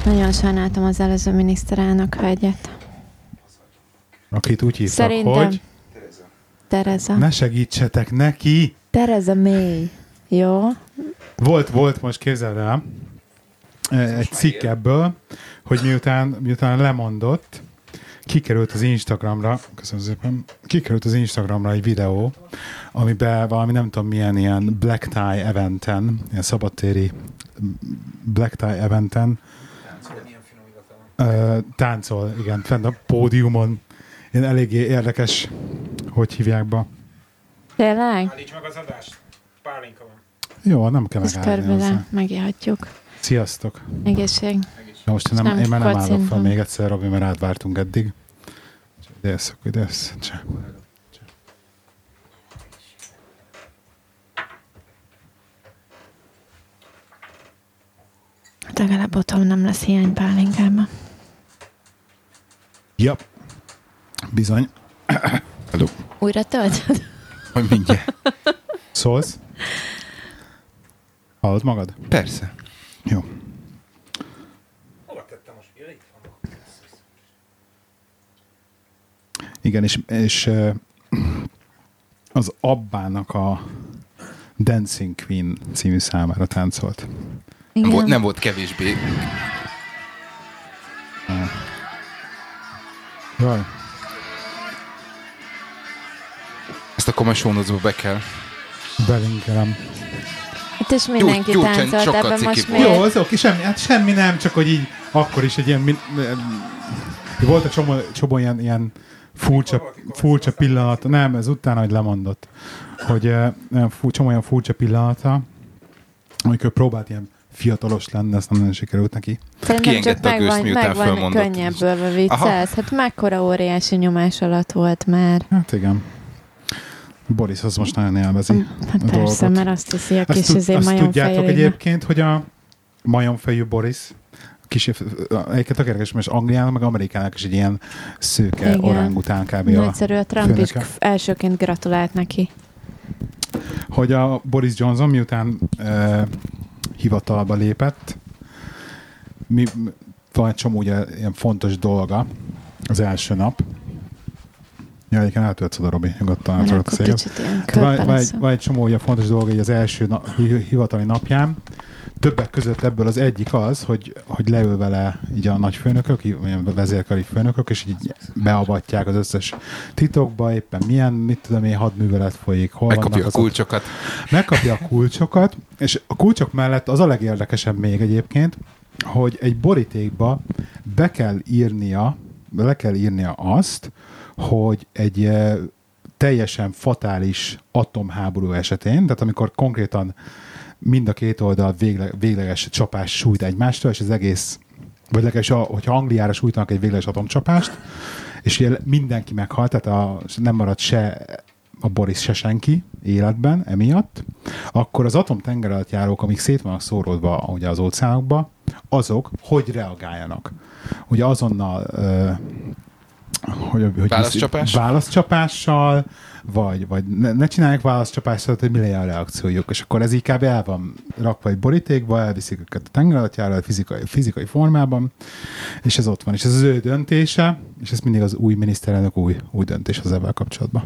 Nagyon sajnáltam az előző miniszterelnök hölgyet. Akit úgy hívtak, Szerintem hogy... Tereza. Ne segítsetek neki! Tereza May. Jó? Volt most, képzeld el, egy cikk ebből, hogy miután lemondott, kikerült az Instagramra, köszönöm szépen, kikerült az Instagramra egy videó, amiben valami nem tudom milyen ilyen black tie eventen, ilyen szabadtéri black tie eventen táncol, igen, fenn a pódiumon. Ilyen eléggé érdekes, hogy hívják be. Tényleg? Állíts meg az adást. Pálinka van. Jó, nem kell Ezt megállni körbe hozzá. megihatjuk. Sziasztok! Egészség. Most én Nem már nem állok kocintom. fel még egyszer, Robi, mert átvártunk eddig. Idejössz. Hát legalább otthon nem lesz hiány pálinkában. Ja, bizony. Hello. Újra töltöd? Hogy mindjárt. Szólsz? Hallod magad? Persze. Jó. Hova tettem most? Ja, itt van. Igen, és az Abbának a Dancing Queen című számára táncolt. Igen. Nem volt kevésbé. Jaj. Ezt akkor majd show notes-ba be kell. Belinkelem. Itt is mindenki Jó, táncolt, sokkal ebben most cikibb miért? Jó, az oké, semmi nem, csak hogy így akkor is egy ilyen volt a csomó ilyen furcsa pillanat, nem, ez utána, hogy lemondott, hogy csomó olyan furcsa pillanata, amikor próbált ilyen fiatalos lenni, ezt nem nagyon sikerült neki. Szerintem csak Kiengedte a gőzt, miután megvan fölmondott. könnyebből viccelsz. Hát mekkora óriási nyomás alatt volt már. Hát igen. Boris az most nagyon élvezi Hát a persze, dolgot. mert azt hiszi a Azt, kis azt tudjátok majomfejének. egyébként, hogy a majomfejű Boris egyébként tök érdekes, mert Angliának meg Amerikának is egy ilyen szőke Igen. orángután kb. Nagyszerű, a Trump is főnöke. elsőként gratulált neki. Hogy a Boris Johnson miután hivatalba lépett, van egy csomó ugye, ilyen fontos dolga az első nap. Ja, egyébként átöltsz oda, Robi, nyugodtan Mert átöltsz akkor széget. kicsit ilyen körbe lesz. Van egy csomó ugye, fontos dolga így az első hivatali napján. Többek között ebből az egyik az, hogy leül vele így a nagyfőnökök, ilyen vezérkari főnökök, és így beavatják az összes titokba, éppen milyen, mit tudom én, hadművelet folyik, hol Megkapja vannak a az kulcsokat. Megkapja a kulcsokat, és a kulcsok mellett az a legérdekesebb még egyébként, hogy egy borítékba le kell írnia azt, hogy egy teljesen fatális atomháború esetén, tehát amikor konkrétan mind a két oldal végleges csapás sújt egymástól, és az egész, vagy legalábbis, hogyha Angliára sújtanak egy végleges atomcsapást, és ugye mindenki meghalt, tehát nem marad se a Boris se senki életben emiatt, akkor az atomtengeralattjárók, amik szét vannak szóródva ugye az óceánokba, azok hogy reagáljanak. Ugye azonnal hogy válaszcsapással, vagy ne csinálják válaszcsapással, hogy mi legyen a reakciójuk. És akkor ez így kb. El van rakva egy borítékba, elviszik őket a tengeralattjáróra fizikai formában, és ez ott van. És ez az ő döntése, és ez mindig az új miniszterelnök új döntés az ebben kapcsolatban.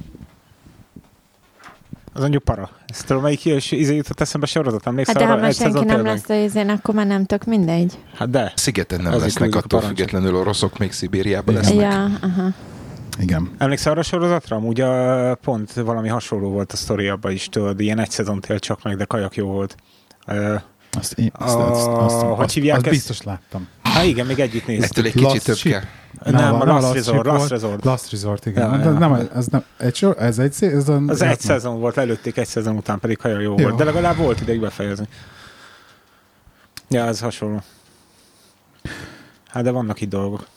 Az mondjuk para. Ezt tudom, melyik jutott eszembe sorozat? Emlékszel Hát de arra? ha már Egy senki szezon nem tényleg? lesz a izén, akkor már nem tök mindegy. Hát de. Szigeten nem Azért lesznek, küldjük a attól parancsot. függetlenül oroszok még Szibériában Igen. lesznek. Ja, aha. Igen. Emlékszel arra a sorozatra? Amúgy pont valami hasonló volt a sztori abban is, tudod, ilyen egy szezon élt csak meg, de kajak jó volt. Hogy hívják azt ezt? biztos láttam. Hát igen, még együtt néztük. Ettől egy kicsit több kell. Nem, a Last Ship volt. Resort. Last Resort, igen. Ja, De ja. Nem, ez nem egy sor, ez egy szezon. Az egy szezon volt, előtték egy szezon után, pedig nagyon jó Jó. volt. De legalább volt ideig befejezni. Ja, ez hasonló. Hát de vannak itt dolgok.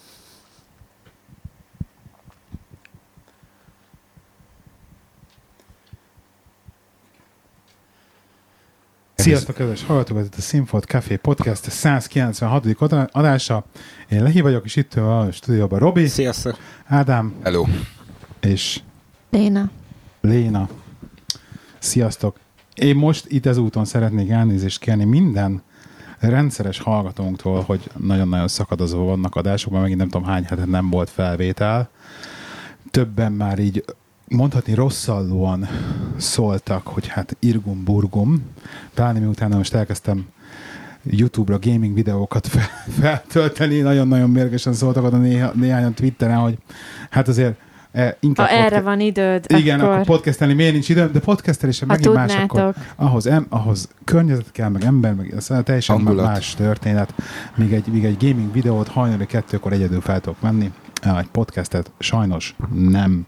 Sziasztok, kedves hallgatók, ez itt a Színfolt Café Podcast 196. adása. Én Lehi vagyok, és itt van a stúdióban Robi, Sziasztok! Ádám Hello. és Léna. Léna. Sziasztok! Én most itt ezúton szeretnék elnézést kérni minden rendszeres hallgatónktól, hogy nagyon-nagyon szakadozó vannak adásokban, megint nem tudom hány hetet nem volt felvétel. Többen már így mondhatni rosszallóan szóltak, hogy hát irgum-burgum. Pláne miután most elkezdtem YouTube-ra gaming videókat feltölteni, nagyon-nagyon mérgesen szóltak oda néhányan Twitteren, hogy hát azért inkább... Ha erre van időd, igen, akkor podcastelni miért nincs időm, de podcastelésre megint más, akkor ahhoz környezet kell, meg ember, meg ez teljesen más történet. Míg egy gaming videót hajnali 2-kor egyedül fel tudok menni, egy podcastet sajnos nem.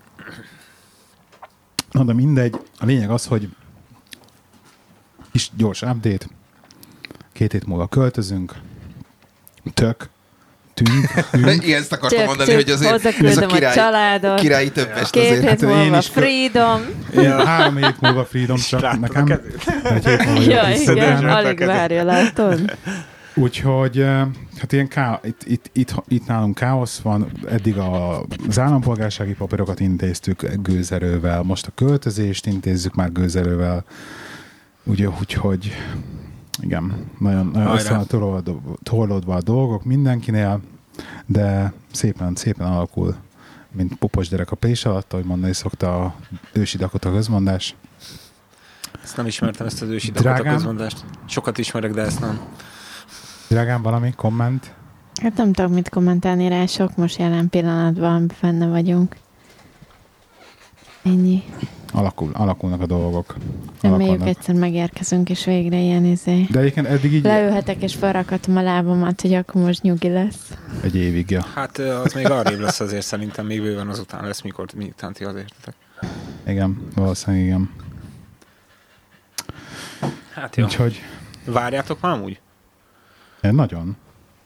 Na, de mindegy. A lényeg az, hogy kis gyors update. 2 hét múlva költözünk. Tünk. Igen, ezt akartam mondani, hogy azért ez a királyi többest 2 azért. hét múlva freedom. Ja, 3 hét múlva freedom csak nekem. Egy hét múlva ja, igen, alig várja, látod? Úgyhogy hát ilyen itt nálunk káosz van. Eddig az állampolgársági papírokat intéztük gőzerővel, most a költözést intézzük már gőzerővel. Úgyhogy igen, nagyon össze van torlódva a dolgok mindenkinél, de szépen alakul, mint pupos gyerek a pés alatt, ahogy mondani szokta a ősi Dakota közmondás. Ezt nem ismertem, ezt az ősi Dakota közmondást. Sokat ismerek, de ezt nem. Drágám, valami komment? Hát nem tudok mit kommentálni rá, sok most jelen pillanatban benne vagyunk. Ennyi. Alakulnak a dolgok. Reméljük egyszer megérkezünk, és végre ilyen izé. De egyébként eddig így... Leülhetek, és felrakatom a lábamat, hogy akkor most nyugi lesz. Egy évig, ja. Hát az még arrébb lesz azért, szerintem még bőven azután lesz, miután ti az értetek. Igen, valószínűleg igen. Hát jó. Úgyhogy... Várjátok már úgy? Én nagyon.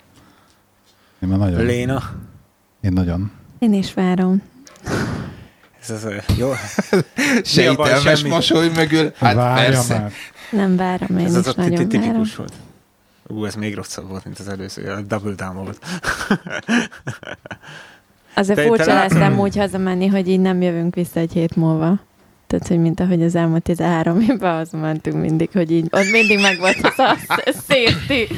Léna? Én nagyon. Én is várom. Ez jó. Sejtelmes mosoly mögül. Hát persze. Már. Nem várom, én is nagyon várom. Tipikus volt. Ez még rosszabb volt, mint az először. A double down volt. Azért furcsa lesz úgy hazamenni, hogy így nem jövünk vissza egy hét múlva. Tehát, hogy mint ahogy az elmúlt 13 évben az mentünk mindig, hogy így, ott mindig megvolt az a safety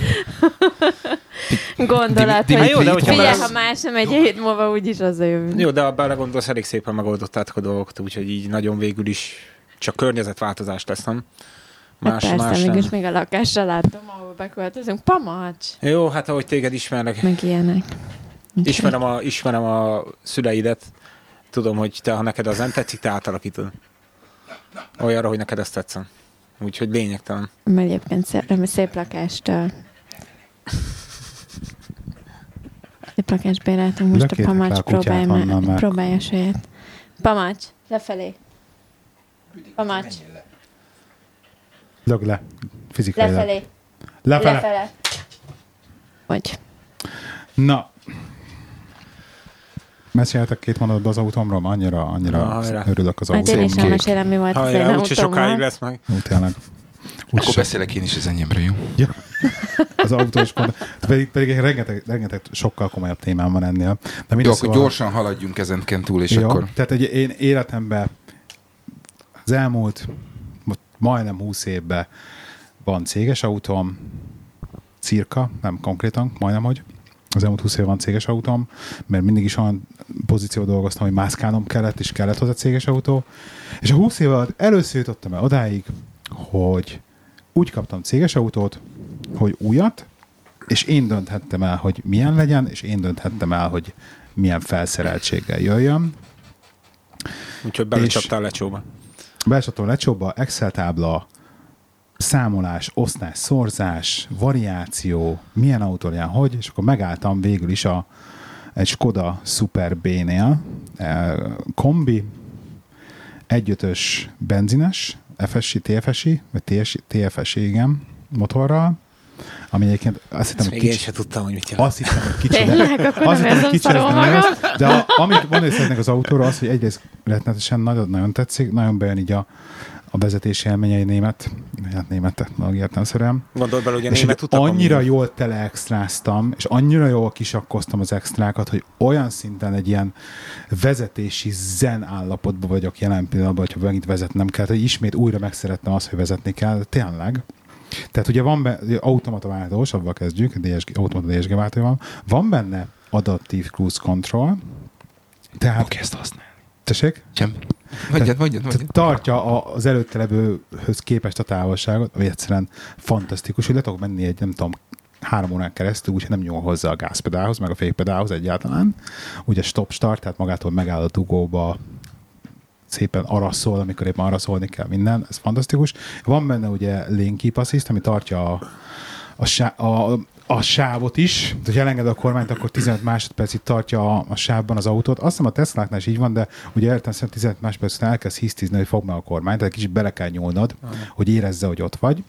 gondolat, hogy figyelj, ha más nem egy hét múlva, úgyis jövünk. Jó, de abban gondolsz, elég szépen megoldottátok a dolgokat, úgyhogy így nagyon végül is csak környezetváltozást lesz, nem? Más mégis még a lakással láttam, ahol beköltözünk. Pamacs! Jó, hát ahogy téged ismernek. Meg ilyenek. Ismerem a szüleidet. Tudom, hogy te, ha neked az nem tetszik, te átalakítod. Olyanra, hogy neked ezt tetszem. Úgyhogy lényegtelen. Egyébként szép lakást béreltünk most a Pamacs, próbálja saját. Pamacs, lefelé. Pamacs. Lög le, fizikailag. Lefele. Hogy? Na. Meséltek 2 mondatban az autómról, annyira örülök az autómról. Én is elmesélem, mi volt az én autómmal. Úgyse sokáig lesz meg. Tényleg. Akkor beszélek én is az enyémről, jó? Ja. Az autós pedig rengeteg sokkal komolyabb témám van ennél. De jó, akkor gyorsan haladjunk ezen túl, és jó, akkor... Tehát én életemben az elmúlt majdnem 20 évben van céges autóm, cirka, nem konkrétan, majdnem, hogy az elmúlt 20 év van céges autóm, mert mindig is olyan pozíció dolgoztam, hogy mászkálnom kellett, és kellett hozzá céges autó. És a 20 év alatt először jutottam el odáig, hogy úgy kaptam céges autót, hogy újat, és én dönthettem el, hogy milyen legyen, és én dönthettem el, hogy milyen felszereltséggel jöjjön. Úgyhogy belecsaptál lecsóba. Belecsaptam lecsóba, Excel tábla, számolás, osztás, szorzás, variáció, milyen autó legyen, hogy, és akkor megálltam végül is egy Skoda Super B-nél, kombi, 1.5-ös benzines, FSI, TFSI, vagy TFSI, igen, motorral, ami egyébként azt hittem, hogy én sem tudtam, hogy mit jelent. Azt hittem, hogy kicsi de amit mondani szeretnék az autóról, az, hogy egyrészt rettenetesen nagyon tetszik, nagyon bejön így a vezetési élményei német technológia értelemszerűen. Gondolj bele, ugye és német utakon. Annyira jól teleextráztam, és annyira jól kisakkoztam az extrákat, hogy olyan szinten egy ilyen vezetési zen állapotban vagyok jelen pillanatban, hogyha megint vezetnem kell, hogy ismét újra megszerettem azt, hogy vezetni kell, tényleg. Tehát ugye van automata váltós, avval kezdjük, automata DSG váltó van. Van benne adaptív cruise control. Tehát... Oké, ezt használni. Tessék? Sem. Mondjad. Tartja az előtte levőhöz képest a távolságot, ami egyszerűen fantasztikus, hogy le tudok menni egy, nem tudom, 3 órán keresztül, úgyhogy nem nyúl hozzá a gázpedálhoz, meg a fékpedálhoz egyáltalán. Ugye stop-start, tehát magától megáll a dugóba, szépen araszol, amikor éppen araszolni kell minden, ez fantasztikus. Van benne ugye lane keep assist, ami tartja a sávot is, hogy elenged a kormányt, akkor 15 másodpercig tartja a sávban az autót. Azt hiszem a Tesláknál is így van, de ugye értem, 15 másodperc után elkezd hisztizni, hogy fogd meg a kormányt, tehát kicsit bele kell nyúlnod, hogy érezze, hogy ott vagy.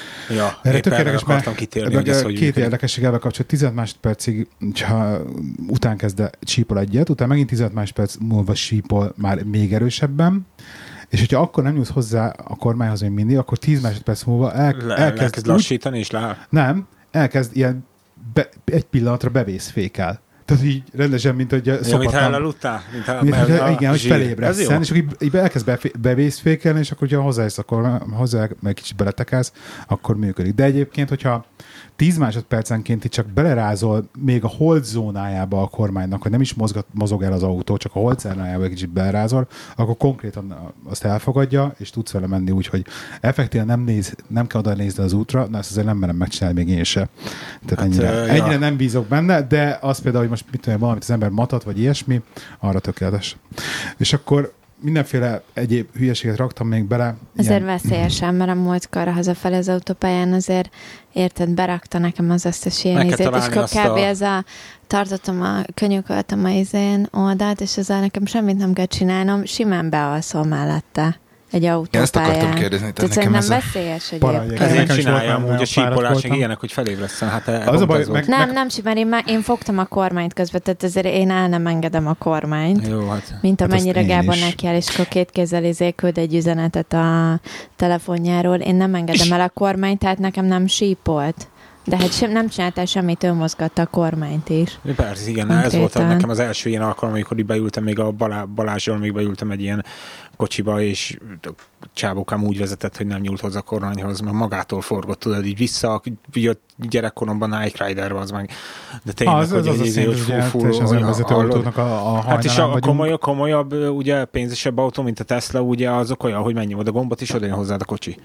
Ja, erre tök érdekes, akartam kitérni, hogy ez hogy két érdekesség ebben kapcsolatban, 15 másodpercig, ha után kezd csípol egyet, utána megint 15 másodperc múlva sípol már még erősebben, és hogyha akkor nem nyúlsz hozzá a kormányhoz, mint mindig, akkor 10 másodperc múlva elkezd lassítani, és leáll? Nem, elkezd ilyen egy pillanatra bevészfékel. Tehát így rendesen, mint hogy szokatlan. Mint ha elaludtál? Igen, hogy felébresszen, és akkor így elkezd bevészfékelni, és akkor, hogyha hozzájössz, akkor hozzá meg kicsit beletekelsz, akkor működik. De egyébként, hogyha 10 másodpercenként itt csak belerázol még a hold zónájába a kormánynak, hogy nem is mozog el az autó, csak a hold zónájába egy kicsit belerázol, akkor konkrétan azt elfogadja, és tudsz vele menni úgy, hogy effektíven nem kell oda nézni az útra, na ezt azért nem merem megcsinálni még én se. Tehát ennyire nem bízok benne, de az például, hogy most mit tudom, valamit az ember matat, vagy ilyesmi, arra tökéletes. És akkor mindenféle egyéb hülyeséget raktam még bele. Azért veszélyesen, mert a múltkor hazafelé az autópályán azért érted, berakta nekem az összes ilyen ízét, és akkor kb. Ez tartottam könyököltem a izén oldalt, és ezzel nekem semmit nem kell csinálnom, simán bealszol mellette egy autópályán. Ezt akartam kérdezni, tehát nekem ez veszélyes egyébként. Ezért csináljam, úgy a sípolásig ilyenek, hogy felébresztem. Hát az a baj, nem, mert én fogtam a kormányt közben, tehát ezért én el nem engedem a kormányt. Jó, hát. Mint amennyire Gábor nekiáll, és akkor 2 kézzel küld egy üzenetet a telefonjáról. Én nem engedem el a kormányt, tehát nekem nem sípolt. De hát nem csináltál semmit, ő mozgatta a kormányt is. Persze, igen, konkrétan. Ez volt nekem az első ilyen alkalom, amikor beültem még a Balázsról, még beültem egy ilyen kocsiba, és csábókám úgy vezetett, hogy nem nyúlt hozzá a kormányhoz, mert magától forgott, tudod, így vissza, jött gyerekkoromban Nike Rider az meg. De tényleg, az a szint, hogy az önvezető autónak a hát és a komolyabb, ugye pénzesebb autó, mint a Tesla, ugye azok olyan, hogy megnyomod a gombot, és oda jön hozzád a kocsi.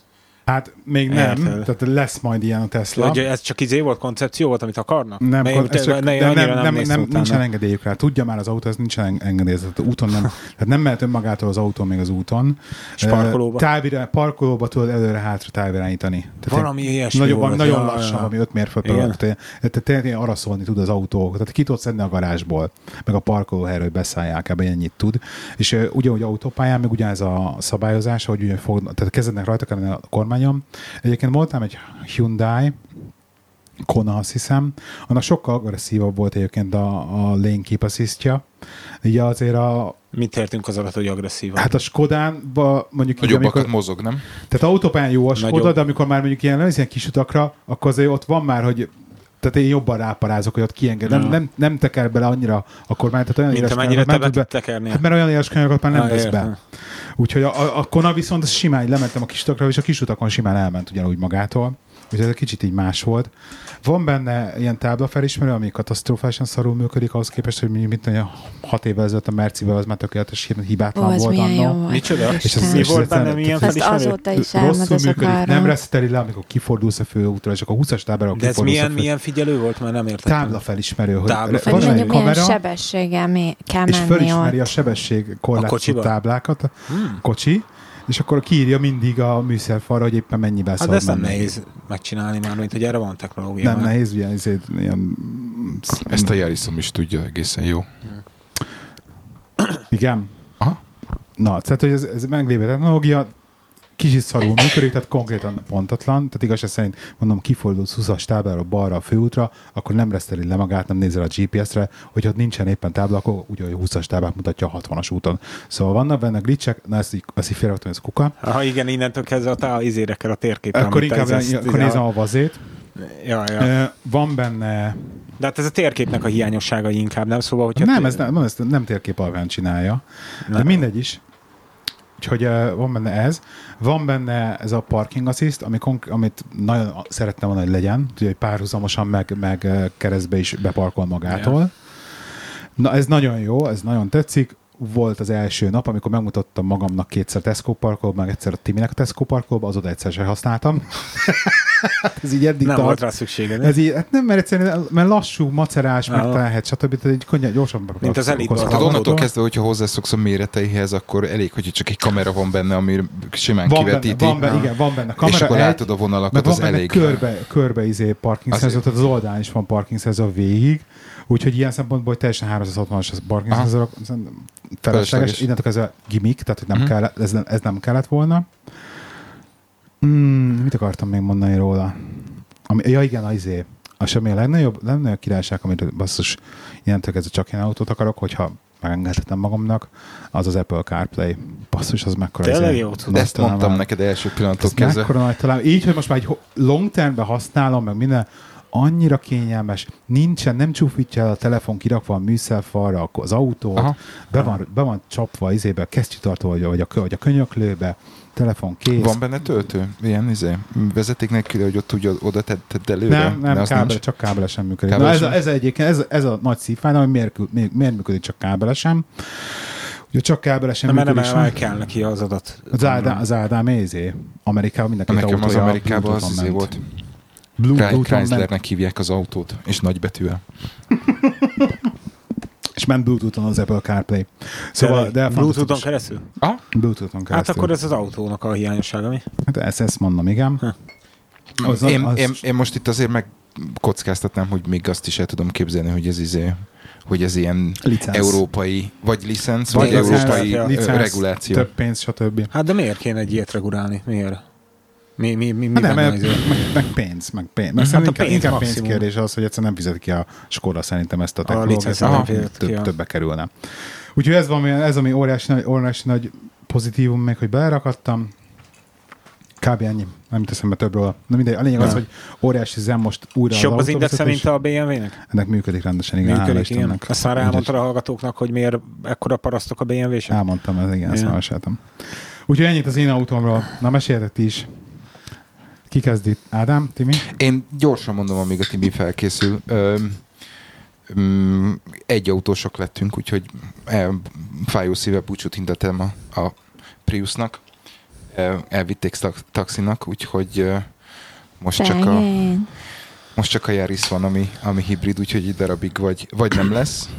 Hát még nem, tehát lesz majd ilyen a Tesla. Ugye ez csak volt koncepció volt, amit akarnak? Nem, nincsen engedélyük rá. Tudja már az autó, ez nincsen engedélyezett. Úton nem, tehát nem mehet önmagától az autó még az úton. És parkolóba? Parkolóba tudod előre-hátra távirányítani. Valami ilyesmi volt. Nagyon lassan, valami 5 mérföld. Tehát tényleg araszolni tud az autó. Tehát ki tudod szedni a garázsból, meg a parkolóhelyről, hogy beszállják, ebben ennyit tud. És ugyanúgy autópályán, meg ugyanez a szabályozás, hogy tehát kezdenek rajta kellene a kormány. Egyébként voltam egy Hyundai Kona, azt hiszem, annak sokkal agresszívabb volt egyébként a lane keep assistja. Így azért mit értünk az alatt, hogy agresszívabb? Hát a Skodánban mondjuk... Hogy jobbakat mozog, nem? Tehát autópályán jó a Skoda, de amikor már mondjuk ilyen kis utakra, akkor azért ott van már, hogy tehát én jobban ráparázok, hogy ott kienged. Nem teker bele annyira a kormányt. Tehát olyan mint amennyire te be tud tekerni. Hát mert olyan éles kanyarokat már nem vesz be. Úgyhogy a Kona viszont simán lementem a kis utakra, és a kis utakon simán elment ugyanúgy magától. Úgyhogy ez egy kicsit így más volt. Van benne ilyen táblafelismerő, ami katasztrofálisan szarul működik, ahhoz képest, hogy mint 6 évvel ezelőtt a Mercivel az már tökéletes hibátlan volt annak. Micsoda? És az volt benne milyen felismerő? Azóta is rosszul működik, nem reszteli le, amikor kifordulsz a főútra, és akkor a 20-as táblára kifordulsz. De ez milyen figyelő volt, mert nem értettem. Táblafelismerő, hogy van egy kamera, sebességgel kell menni. És fölismeri a sebességkorlátozó táblákat, kocsi, és akkor kiírja mindig a műszerfalra, hogy éppen mennyivel szabad menni. Hát ezt nem nehéz megcsinálni már, mint hogy erre van technológia. Nem nehéz, ilyen... Ezt a Jariszom is tudja egészen jó. Igen? Aha. Na, tehát, hogy ez meglévő technológia, kicsit szarul működik, tehát konkrétan pontatlan, tehát igazság szerint mondom, kifordulsz 20-as táblára balra a főútra, akkor nem reszteli le magát, nem nézel a GPS-re, hogyha ott nincsen éppen tábla, akkor ugye a 20-as táblát mutatja a 60-as úton. Szóval vannak benne glitchek, na ezt így félreraktam, ez kuka. Ha igen, innentől kezdve a izérekkel a térképen. Akkor inkább nézem a vazét. Ja. Van benne... De hát ez a térképnek a hiányossága inkább, nem? Szóval, hogyha... Nem, ez nem térkép alapján csinálja. De mindegy is. Úgyhogy van benne ez. Van benne ez a parking assist, amit nagyon szerettem volna, hogy legyen, hogy párhuzamosan meg keresztbe is beparkol magától. Yeah. Na ez nagyon jó, ez nagyon tetszik. Volt az első nap, amikor megmutattam magamnak kétszer Tesco parkolóba, meg egyszer a Timinek a Tesco parkolóba, azóta egyszer sem használtam. Ez így eddig nem volt rá szükséged. Ez így, hát nem, mert egyszerűen mert lassú, macerás, meg lehet, stb. Tehát egy könnyen, gyorsan mint az elitben. Tehát onnantól kezdve, hogyha hozzászoksz a méreteihez, akkor elég, hogy csak egy kamera van benne, ami simán kivetíti. Van benne kamera. És akkor látod a vonalakat, az elég. Körbe parking sensor, tehát az oldalán is van parking sensor végig. Úgyhogy ilyen szempontból, hogy teljesen 360-as az parking sensor, felesleges. Innentől kezdve gimmick, tehát hogy nem kellett, ez nem kellett volna. Mit akartam még mondani róla? Igen, ami a legnagyobb királyság, amit basszus innentől kezdve csak ilyen autót akarok, hogyha megengedhetem magamnak, az az Apple CarPlay. Basszus, az mekkora. Tényleg jó tudom. De ezt mondtam neked első pillanatok kezdve. Mekkora nagy talán. Így, hogy most már egy long termben használom, meg minden, annyira kényelmes, nem csúfítja el a telefon kirakva a műszerfalra, akkor az autót, be van csapva a kesztyűtartó, vagy a könyöklőbe, telefon kész. Van benne töltő? Ilyen vezeték nélkül, hogy ott ugye oda tedd előre? Nem, csak kábelesen működik. Ez egyébként, ez a nagy szívfájdalom, hogy miért működik csak kábelesen. Ugye csak kábelesen működik. Nem kell neki az adat. Az Ádám Amerikában mindenki autója. Nekem az Amerikában az volt. Chryslernek hívják az autót, és nagybetűvel. És ment Bluetooth-on az Apple CarPlay. Szóval, de Bluetooth-on keresztül? Bluetooth-on keresztül. Hát akkor ez az autónak a hiányossága, mi? Hát ezt mondom, igen. Én most itt azért megkockáztatnám, hogy még azt is el tudom képzelni, hogy ez ilyen licenc. Európai, vagy licenc, vagy európai reguláció. Több pénz, stb. Hát de miért kéne egy ilyet regulálni? Miért? Mi meg pénz. Inkább pénzkérdés az, hogy egyszerűen nem fizet ki a Skoda szerintem ezt a technológiát, többe kerülne. Úgyhogy ez ami óriási nagy pozitívum még, hogy belerakadtam. Kb. Ennyi. Nem teszem be többről. Na mindegy. A lényeg az, hogy óriási zem most újra az autóvezetés. Jobb az indexe, mint a BMW-nek? Ennek működik rendesen, igen. Működik, igen. Azt már elmondtad a hallgatóknak, hogy miért ekkora parasztok a BMW-sek? Elmondtam, ez igen, ezt már meséltem. Úgyhogy ennyit az én autómról. Na, meséljetek ti is. Ki kezdi? Ádám, Timi? Én gyorsan mondom, amíg a Timi felkészül. Egy autósok lettünk, úgyhogy fájó szíve búcsút hintettem a Priusnak. Elvitték taxinak, úgyhogy most csak a Yaris van, ami hibrid, úgyhogy egy darabig vagy nem lesz,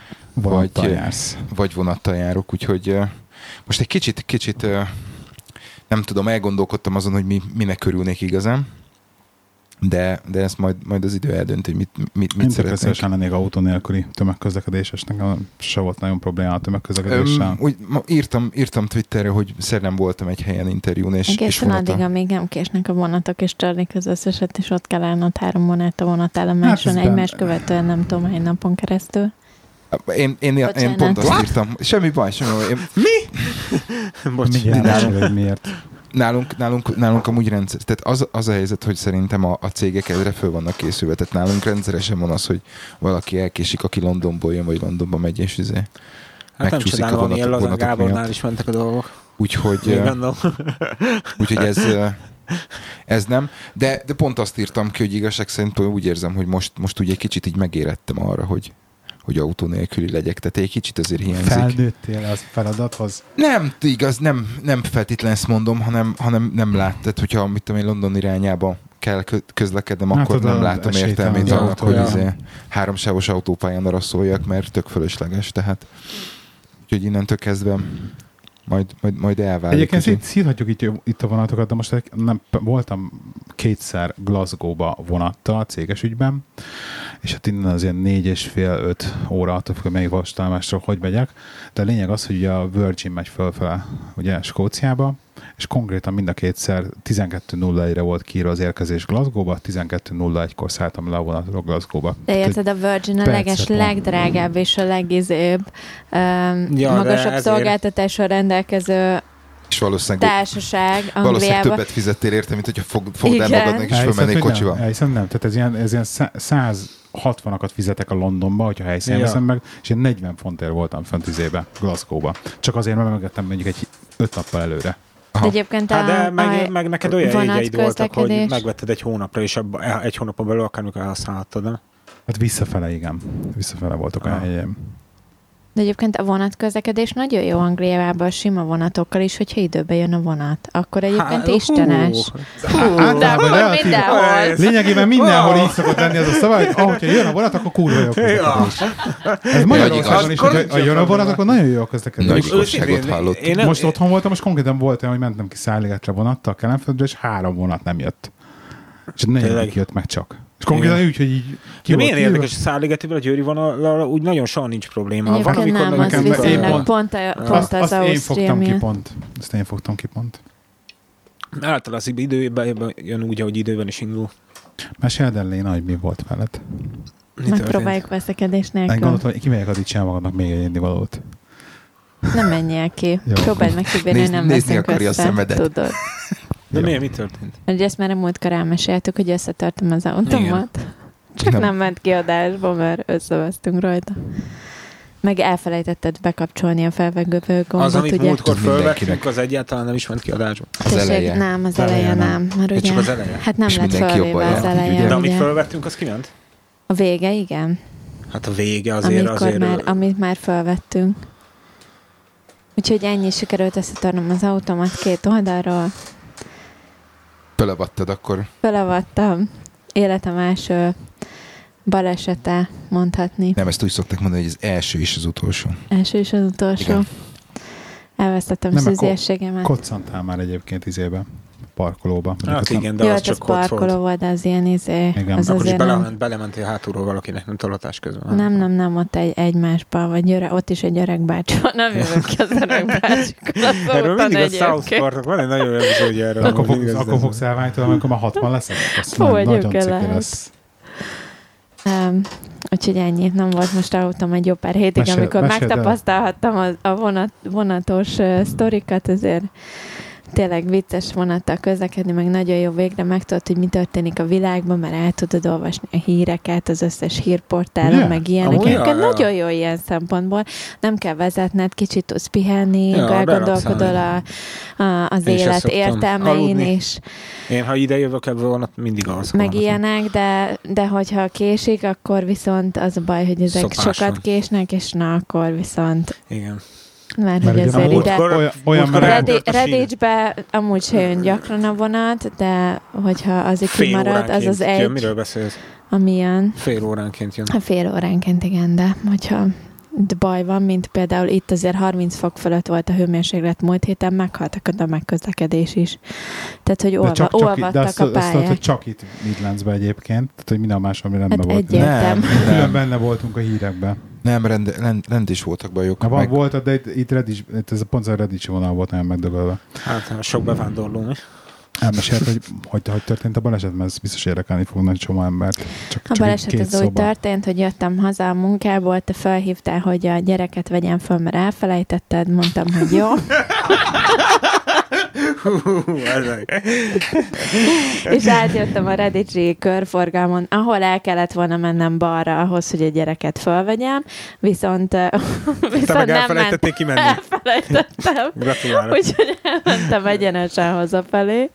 vagy vonattal járok, úgyhogy most egy kicsit nem tudom, elgondolkodtam azon, hogy minek örülnék igazán, de ezt majd az idő eldönti, hogy mit szeretnék. Én lennék autó nélküli tömegközlekedéses, nekem se volt nagyon probléma a tömegközlekedéssel. Írtam Twitterre, hogy szerdán voltam egy helyen interjún, és addig, amíg nem késnek a vonatok, és törlik az összeset, és ott kell állnod 3 vonat a vonatállomáson, egymást követően nem tudom, hány napon keresztül. Én pont azt írtam. Semmi baj. Mi? Bocsánat. Miért? Nálunk amúgy rendszer. Tehát az a helyzet, hogy szerintem a cégek erre föl vannak készülve. Tehát nálunk rendszeresen van az, hogy valaki elkésik, aki Londonból jön, vagy Londonba megy, és hát nem csodálom, ilyen Lazar Gábornál is mentek a dolgok. Úgyhogy ez nem. De pont azt írtam ki, hogy igazság szerint úgy érzem, hogy most ugye egy kicsit így megérettem arra, hogy autó nélküli legyek. Tehát egy kicsit azért hiányzik. Felnőttél az feladathoz? Nem, igaz, nem feltétlen ezt mondom, hanem nem láttad, hogyha mit tudom én London irányába kell közlekednem, akkor nem látom értelmét annak, hogy 3-sávos autópályán arra szóljak, mert tök fölösleges, tehát úgyhogy innentől kezdve majd elválik. Egyébként szírhatjuk itt a vonatokat, de most voltam 2-szer Glasgow-ba vonattal, céges ügyben, és hát innen az ilyen 4,5-5 óra attól függ, hogy melyik vastalmásról hogy megyek, de a lényeg az, hogy a Virgin megy fölfele, ugye Skóciába, és konkrétan mind a kétszer 12:01-re volt kiírva az érkezés Glasgow-ba, 12:01-kor szálltam le a vonatról Glasgow-ba. De érted, a Virgin a legdrágább és a legizőbb magasabb szolgáltatással rendelkező társaság Angliába. Valószínűleg többet fizettél érte, mint hogyha fogd el magadnak és fölmennék kocsival. Nem, nem, tehát ez ilyen 60-akat fizetek a Londonba, hogyha helyszínen veszem meg, és én 40 fontért voltam fönt izébe, Glasgow-ba. Csak azért, mert megettem mondjuk egy 5 nappal előre. De egyébként de meg neked olyan jegyeid voltak, hogy megvetted egy hónapra, és egy hónapon belül akármikor használhattad, nem? Hát visszafele, igen. Visszafele voltak olyan helyeim. De egyébként a vonatközlekedés nagyon jó Angliában, a sima vonatokkal is, hogyha időben jön a vonat. Akkor egyébként istenes. De akkor mindenhol. Lényegében mindenhol így szokott lenni az a szabály, hogy ahogy jön a vonat, akkor kurva jó a közlekedés. Ez Magyarországon is, hogy jön a vonat, akkor nagyon jó a közlekedés. Nagy igazságot hallott. Most otthon voltam, most konkrétan volt olyan, hogy mentem ki Száligetre vonattal Kelenföldre, és 3 vonat nem jött. És 4 jött meg csak. És konkrétan úgy, hogy így ki milyen érdekes, hogy Szálligetivel a Győri vonallal úgy nagyon soha nincs probléma. Egyébként nem, az viszonylag pont az Ausztria. Azt én fogtam ki pont. Általában az időben jön úgy, ahogy időben is indul. Meséld el, Léna, hogy mi volt veled. Megpróbáljuk veszekedés nélkül. Gondoltam, hogy kimegyek addig csinál magadnak még egy ennivalót. Nem menjél ki. Próbáld meg kibírni, hogy nem veszünk össze. Tudod. De miért? Mi történt? Ugye ezt már a múltkor elmeséltük, hogy összetörtem az automat. Csak nem ment ki adásba, mert összevesztünk rajta. Meg elfelejtetted bekapcsolni a felvegő gombot. Az, amit múltkor felvettünk, az egyáltalán nem is ment ki adásba. Az eleje. Nem, az eleje nem. Mert ugye, csak az eleje? Hát nem lett fölvéve az eleje. De amit felvettünk, az kiment? A vége, igen. Hát a vége azért... Amit már felvettünk. Úgyhogy ennyi sikerült összetörnöm az automat 2 oldalról. Fölavattad akkor? Fölavattam. Életem első balesete, mondhatni. Nem, ezt úgy szokták mondani, hogy az első is az utolsó. Első is az utolsó. Igen. Elvesztettem szűziességemet. Koccantál már egyébként izébe, parkolóba. Hát igen, de az csak parkoló volt, de az ilyen Igen. Az akkor is belementél hátulról valakinek, nem tollatás közben. Nem, ott egymásban, vagy ott is egy öreg bácsi. Nem jövök ki az öreg bácsikkal. Erről mindig a South Park, van egy nagyon jó epizódja erről. Akkor fogsz elválni tőle, amikor már 60 leszek? Nagyon ciki lesz. Úgyhogy ennyi. Nem volt most autóm egy jó pár hétig, amikor megtapasztalhattam a vonatos sztorikat, azért tényleg vicces vonattal közlekedni, meg nagyon jó végre megtudod, hogy mi történik a világban, mert el tudod olvasni a híreket, az összes hírportálon, meg ilyenek. Nagyon jó ilyen szempontból. Nem kell vezetned, kicsit tudsz pihenni, elgondolkodol az élet értelmein is. Én, ha ide jövök ebből, mindig alszom. Meg ilyenek, de hogyha késik, akkor viszont az a baj, hogy ezek sokat késnek, és akkor viszont... Igen. Mert hogy azért ide Redicsbe amúgy se jön gyakran a vonat, de hogyha az itt kimarad, az az egy... Miről beszélsz? Amilyen... Fél óránként jön. Fél óránként, igen, de hogyha baj van, mint például itt azért 30 fok fölött volt a hőmérséklet múlt héten, meghaltak a tömegközlekedés is. Tehát, hogy olvadtak a pályák. De csak itt Midlandsben egyébként, tehát, hogy minden máshol rendben volt. Nem. Benne voltunk a hírekben. Nem, rend is voltak bajok. Voltak, de itt ez a pont a Redditch vonal volt nagyon megdögölve. Hát sok bevándorló, mi? Elmesélt, hogy történt a baleset, mert ez biztos érdekelni fog nagy csomó embert. A baleset az úgy történt, hogy jöttem haza a munkából, te felhívtál, hogy a gyereket vegyem föl, mert elfelejtetted, mondtam, hogy jó. És átjöttem a Redditch körforgalmon, ahol el kellett volna mennem balra ahhoz, hogy a gyereket fölvegyem, viszont nem elfelejtették kimenni. Elfelejtettem. Gratulálok. Úgyhogy elmentem egyenesen hazafelé.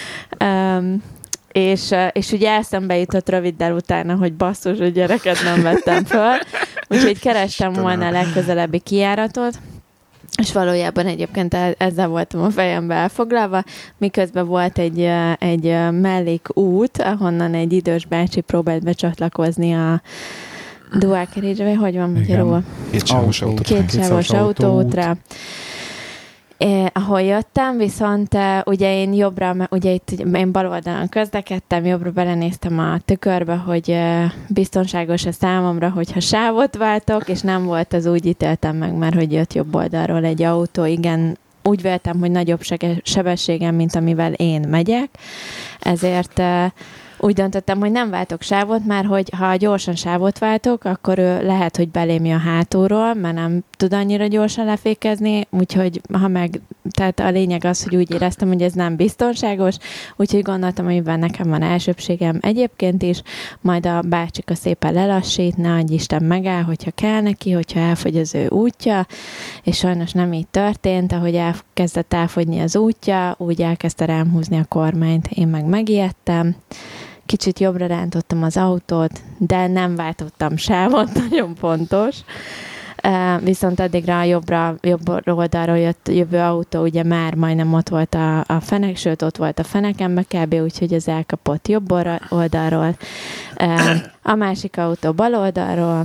És ugye eszembe jutott röviddel utána, hogy basszus, hogy gyereket nem vettem föl. Úgyhogy kerestem volna a legközelebbi kijáratot. És valójában egyébként ezzel voltam a fejembe elfoglalva, miközben volt egy mellékút, ahonnan egy idős bácsi próbált becsatlakozni a dual carriage-be, hogy van magyarul? Kétsávos autóútra. Ahol jöttem, viszont ugye én jobbra, ugye itt én bal oldalon közlekedtem, jobbra belenéztem a tükörbe, hogy biztonságos-e számomra, hogyha sávot váltok, és nem volt, az úgy ítéltem meg már, hogy jött jobb oldalról egy autó, igen, úgy véltem, hogy nagyobb sebességem, mint amivel én megyek, ezért úgy döntöttem, hogy nem váltok sávot, mert hogy ha gyorsan sávot váltok, akkor ő lehet, hogy belém jön hátulról, mert nem tud annyira gyorsan lefékezni, úgyhogy ha meg tehát a lényeg az, hogy úgy éreztem, hogy ez nem biztonságos, úgyhogy gondoltam, hogy nekem van elsőbségem egyébként is, majd a bácsika szépen lelassít, ne adj Isten megáll, hogyha kell neki, hogyha elfogy az ő útja, és sajnos nem így történt, ahogy elkezdett elfogyni az útja, úgy elkezdte rám húzni a kormányt, én meg megijedtem, kicsit jobbra rántottam az autót, de nem váltottam sávot, nagyon fontos. Viszont addigra a jobb oldalról jövő autó, ugye már majdnem ott volt a fenek, sőt ott volt a fenekembe kb., úgyhogy az elkapott jobb oldalról. A másik autó bal oldalról,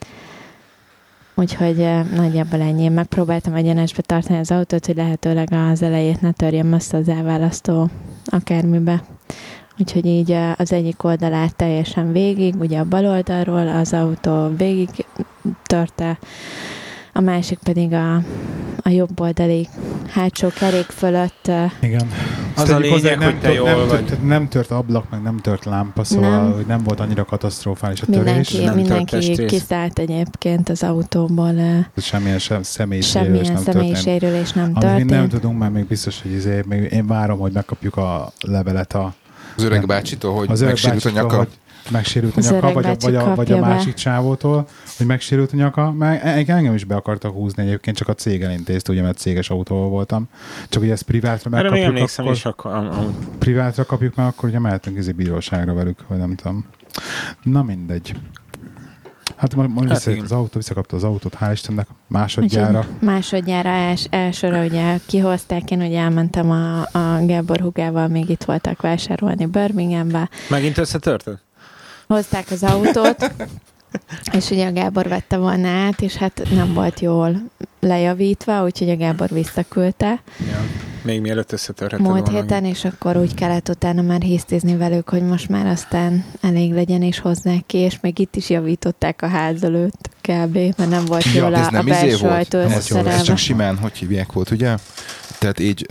úgyhogy nagyjából ennyi. Én megpróbáltam egyenesbe tartani az autót, hogy lehetőleg az elejét ne törjem össze az elválasztó akármibe. Úgyhogy így az egyik oldalát teljesen végig, ugye a bal oldalról az autó végig törte, a másik pedig a jobb oldali hátsó kerék fölött. Igen. Az a lényeg, hogy te jól vagy. Nem tört ablak, meg nem tört lámpa, szóval hogy nem volt annyira katasztrofális a törés. Mindenki kiszállt egyébként az autóból. Semmilyen személysérülés nem történt. Amit nem tudunk, mert még biztos, hogy még én várom, hogy megkapjuk a levelet az öreg bácsitól, hogy megsérült a nyaka. Megsérült a nyaka, vagy a másik csávótól, hogy megsérült a nyaka. Engem is be akartak húzni egyébként, csak a cég elintézte, ugye, mert céges autóval voltam. Csak hogy ezt privátra megkapjuk, privátra kapjuk meg, akkor ugye mehetünk bíróságra velük, vagy nem tudom. Na mindegy. Hát visszakapta az autót, hál' Istennek, másodjára. Másodjára elsőre ugye kihozták, én ugye elmentem a Gábor húgával, még itt voltak vásárolni Birminghambe. Megint összetörted? Hozták az autót, és ugye a Gábor vette volna át, és hát nem volt jól lejavítva, úgyhogy a Gábor visszaküldte. Ja. Még mielőtt összetörheted múlt héten, és akkor úgy kellett utána már hisztizni velük, hogy most már aztán elég legyen, és hozzák ki, és még itt is javították a ház előtt kb. Mert nem volt jól a belső ajtó összeszerelve. Ez csak simán, hogy hívják volt, ugye? Tehát így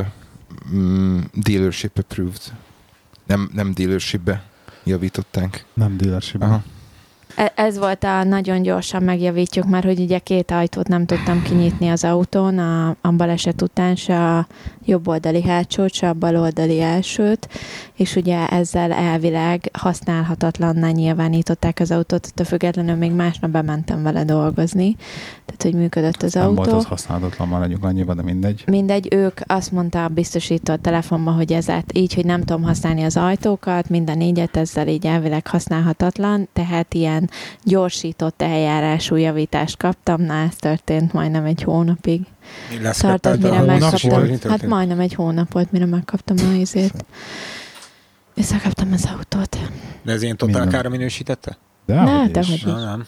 dealership approved. Nem dealershipbe javították. Nem dealershipbe. Ez volt a nagyon gyorsan megjavítjuk, mert hogy ugye 2 ajtót nem tudtam kinyitni az autón, a baleset után se a jobb oldali hátsót, se a bal oldali elsőt, és ugye ezzel elvileg használhatatlanná nyilvánították az autót, attól függetlenül még másnap bementem vele dolgozni, tehát hogy működött az autó. Nem volt az használhatatlan, már legyünk annyiban, de mindegy. Mindegy, ők azt mondta a biztosító a telefonban, hogy ez így, hogy nem tudom használni az ajtókat, mind a 4-et ezzel így elvileg használhatatlan, tehát ilyen gyorsított eljárású javítást kaptam, na ez történt majdnem 1 hónapig. Tartott, mire megkaptam. Hát majdnem 1 hónap volt, mire megkaptam a izét. Visszakaptam az autót. De ez ilyen totálkára minősítette? Dehogy nem.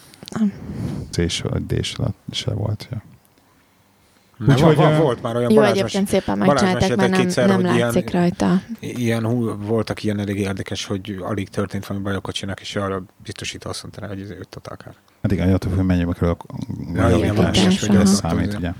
C-s se volt. Ja. Úgyhogy volt már olyan Jó, egyébként szépen megcsinálták, mert nem látszik rajta. Voltak ilyen elég érdekes, hogy alig történt valami baj a kocsinak, és arra biztosítva azt mondta rá, hogy ez 5 totálkár. Hát igen, attól függ, mennyibe kerül a javítás, hogy ez számít, ugye.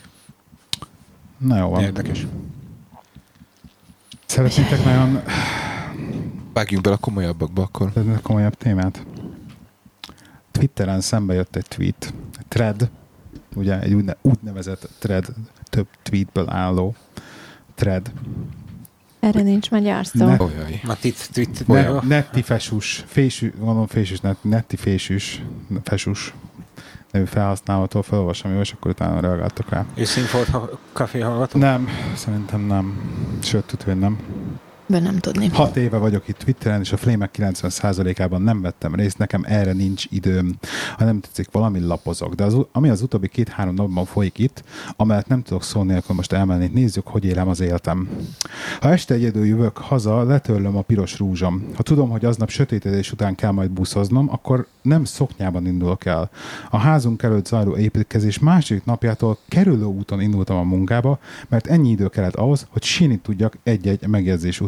Na jó van. Érdekes. Szeretnétek nagyon... Vágjunk bele a komolyabbakba akkor. Szeretnétek komolyabb témát? Twitteren szembe jött egy tweet, thread, ugye egy úgynevezett thread, több tweetből álló thread. Erre nincs magyar szó. Netti fesus, netti fesus nevű felhasználótól felolvasom jó, és akkor utána reagáltok rá. És Színfolt Café hallgató? Nem, szerintem nem. Sőt, tudja, hogy nem. Be nem tudni. 6 éve vagyok itt Twitteren, és a flémek 90%-ában nem vettem részt, nekem erre nincs időm. Ha nem tetszik, valami lapozok. De ami az utóbbi 2-3 napban folyik itt, amellett nem tudok szó nélkül most elmenni, nézzük, hogy élem az életem. Ha este egyedül jövök haza, letörlöm a piros rúzsom. Ha tudom, hogy aznap sötétedés után kell majd buszoznom, akkor nem szoknyában indulok el. A házunk előtt zajló építkezés második napjától kerülő úton indultam a munkába, mert ennyi idő kellett ahhoz, hogy sínni tudjak egy-egy megjegyzés után.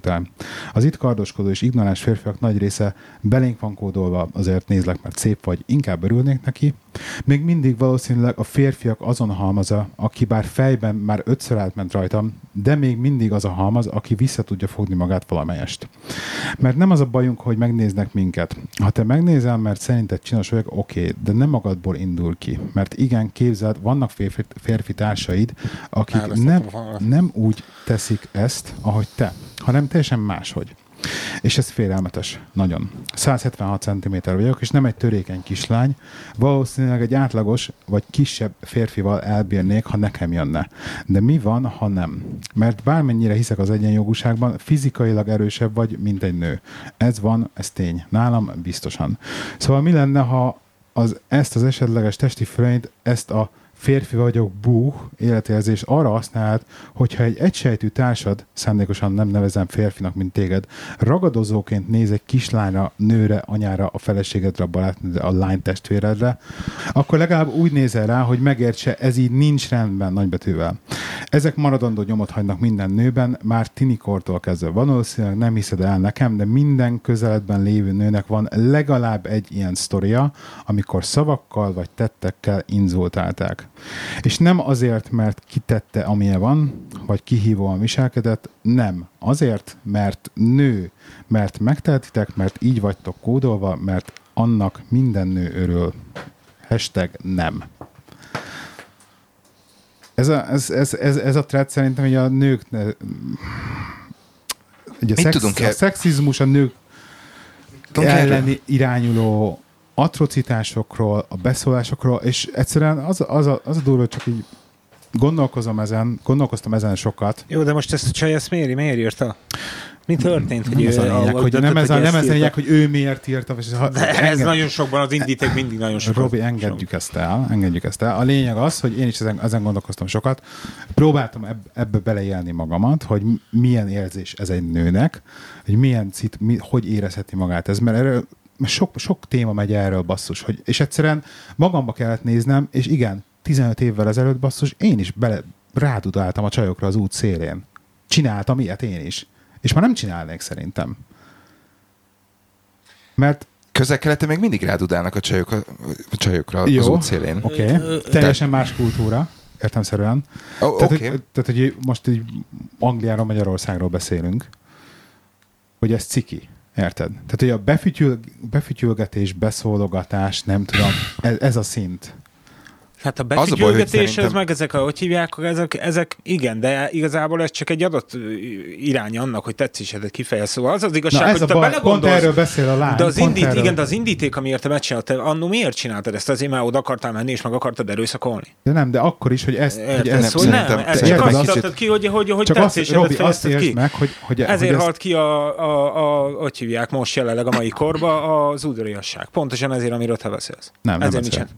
el. Az itt kardoskodó és ignoráns férfiak nagy része belénk van kódolva, azért nézlek, mert szép vagy, inkább örülnék neki. Még mindig valószínűleg a férfiak azon halmaza, aki bár fejben már 5-ször átment rajtam, de még mindig az a halmaz, aki vissza tudja fogni magát valamelyest. Mert nem az a bajunk, hogy megnéznek minket. Ha te megnézel, mert szerinted csinos vagyok, oké, de nem magadból indul ki. Mert igen, képzeld, vannak férfi társaid, akik nem úgy teszik ezt, ahogy te, hanem teljesen máshogy. És ez félelmetes. Nagyon. 176 cm vagyok, és nem egy törékeny kislány. Valószínűleg egy átlagos vagy kisebb férfival elbírnék, ha nekem jönne. De mi van, ha nem? Mert bármennyire hiszek az egyenjogúságban, fizikailag erősebb vagy, mint egy nő. Ez van, ez tény. Nálam biztosan. Szóval mi lenne, ha ezt az esetleges testi fölényt, ezt a férfi vagyok, életérzés arra használhat, hogyha egy egysejtű társad, szándékosan nem nevezem férfinak, mint téged, ragadozóként néz egy kislányra, nőre, anyára, a feleségedre, a barátnődre, a lány testvéredre, akkor legalább úgy nézel rá, hogy megértse, ez így nincs rendben nagybetűvel. Ezek maradandó nyomot hagynak minden nőben, már tinikortól kezdve. Valószínűleg nem hiszed el nekem, de minden közeledben lévő nőnek van legalább egy ilyen sztoria, amikor szavakkal vagy tettekkel inzultálták. És nem azért, mert kitette, amilyen van, vagy kihívóan viselkedett, nem. Azért, mert nő, mert megtehetitek, mert így vagytok kódolva, mert annak minden nő örül. #nem. Ez a trend szerintem, hogy a nők a szexizmus, a nők elleni irányuló atrocitásokról, a beszólásokról, és egyszerűen az a durva, csak így gondolkoztam ezen sokat. Jó, de most ezt a csaj ezt miért írta? Mi történt? Nem ez a lényeg, nem ez a lényeg, hogy ő miért írta. Ez nagyon sokban, az indíték mindig nagyon sokat. Robi, engedjük ezt el. A lényeg az, hogy én is ezen gondolkoztam sokat. Próbáltam ebbe beleélni magamat, hogy milyen érzés ez egy nőnek, hogy hogy érezheti magát ez, mert erről sok téma megy erről, basszus, és egyszerűen magamba kellett néznem, és igen, 15 évvel ezelőtt, basszus, én is rádudáltam a csajokra az út szélén. Csináltam ilyet én is. És már nem csinálnék szerintem. Mert Közel-keleten még mindig rádudálnak a csajokra az út szélén. Oké. Teljesen más kultúra, értelemszerűen. Tehát, hogy most így Angliáról, Magyarországról beszélünk, hogy ez ciki. Érted? Tehát, hogy a befütyülgetés, beszólogatás, nem tudom, ez a szint. Hát a befütyülgetés, ez meg ezek, ahogy hívják, ezek igen, de igazából ez csak egy adott irány annak, hogy tetszésedet kifejez. Szóval az igazság, hogy te belegondolsz. Pont erről beszél a lány. De az indíték, amiért te megcsináltad, annó miért csináltad ezt? Azért már oda akartál menni, és meg akartad erőszakolni? De akkor is, hogy ezt csak azt írtad ki, hogy tetszésedet fejezted ki. Ezért halt ki hogy hívják most jelenleg a mai korba az udvariasság. Pontosan ezért, amiről te beszélsz. Nem beszél.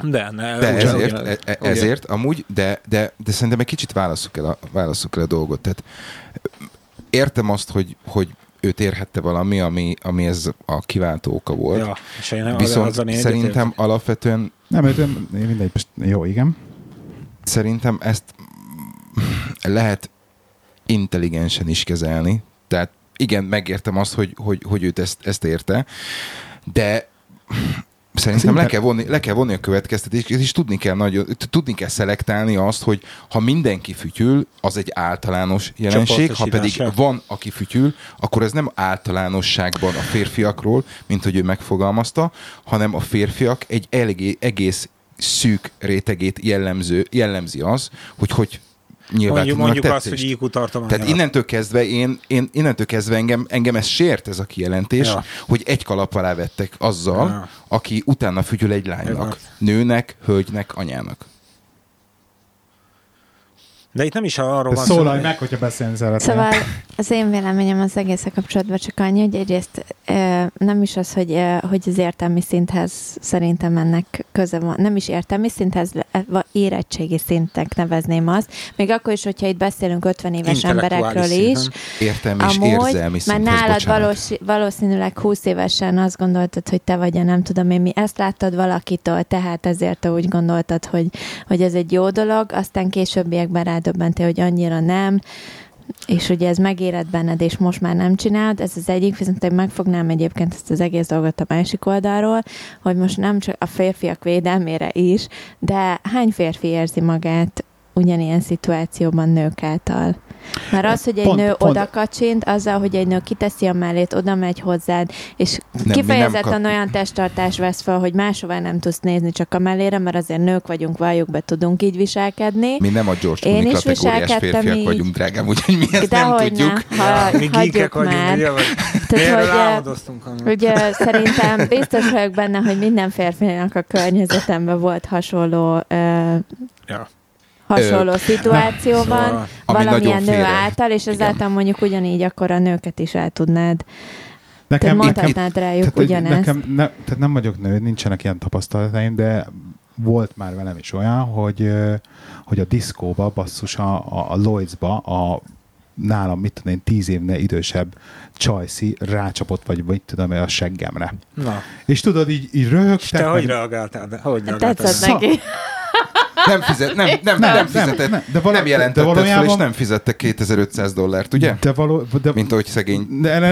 Ezért amúgy, de szerintem egy kicsit válasszuk el a dolgot. Tehát értem azt, hogy őt érhette valami, ami ez a kiváltó oka volt. Ja, viszont szerintem alapvetően... Nem, mindegy, jó, igen. Szerintem ezt lehet intelligensen is kezelni. Tehát igen, megértem azt, hogy őt ezt érte, de szerintem le kell vonni a következtetést, és tudni kell szelektálni azt, hogy ha mindenki fütyül, az egy általános jelenség, ha pedig van, aki fütyül, akkor ez nem általánosságban a férfiakról, mint hogy ő megfogalmazta, hanem a férfiak egy egész szűk rétegét jellemzi az, hogy mondjuk azt, hogy IQ tartomány. Tehát innentől kezdve engem ez sért, ez a kijelentés, hogy egy kalap alá vettek azzal, aki utána fütyül egy lánynak, nőnek, hölgynek, anyának. De itt nem is arról van szó. Szólalj meg, hogyha beszélni szeretnél. Szóval az én véleményem az egész kapcsolatban csak annyi, hogy egyrészt nem is az, hogy az értelmi szinthez szerintem ennek köze van. Nem is értelmi szinthez, érettségi szintnek nevezném azt. Még akkor is, hogyha itt beszélünk 50 éves emberekről is. Értelmi és érzelmi szinthez, mert nálad valószínűleg 20 évesen azt gondoltad, hogy te vagy, nem tudom én mi. Ezt láttad valakitől, tehát ezért te úgy gondoltad, hogy ez egy jó dolog. Aztán későbbiekben rádöbbentél, hogy annyira nem. és ugye ez megérett benned, és most már nem csinálod, ez az egyik, viszont én megfognám egyébként ezt az egész dolgot a másik oldalról, hogy most nem csak a férfiak védelmére is, de hány férfi érzi magát ugyanilyen szituációban nők által? Mert az, hogy egy nő oda kacsint, azzal, hogy egy nő kiteszi a mellét, oda megy hozzád, és kifejezetten olyan testtartás vesz fel, hogy máshová nem tudsz nézni, csak a mellére, mert azért nők vagyunk, valljuk be, tudunk így viselkedni. Mi nem a George Clooney kategóriás férfiak így vagyunk, drágám, úgyhogy mi ezt nem tudjuk. Mi gíkek vagyunk, ugye szerintem biztos vagyok benne, hogy minden férfinak a környezetemben volt hasonló szituációban, szóval, valamilyen nő által, és ezáltal mondjuk ugyanígy akkor a nőket is el tudnád. Tehát mondhatnád rájuk ugyanezt. Tehát nem vagyok nő, nincsenek ilyen tapasztalataim, de volt már velem is olyan, hogy a diszkóba, basszus, a Lloydsba, nálam, mit tudom én, 10 évnél idősebb csajszi rácsapott, vagy mit tudom én, a seggemre. Na. És tudod, így röhögtek. És te hogy reagáltál? Tetszett neki. Nem fizetett, nem jelentetted fel, és nem fizettek $2500, ugye? Mint ahogy szegény.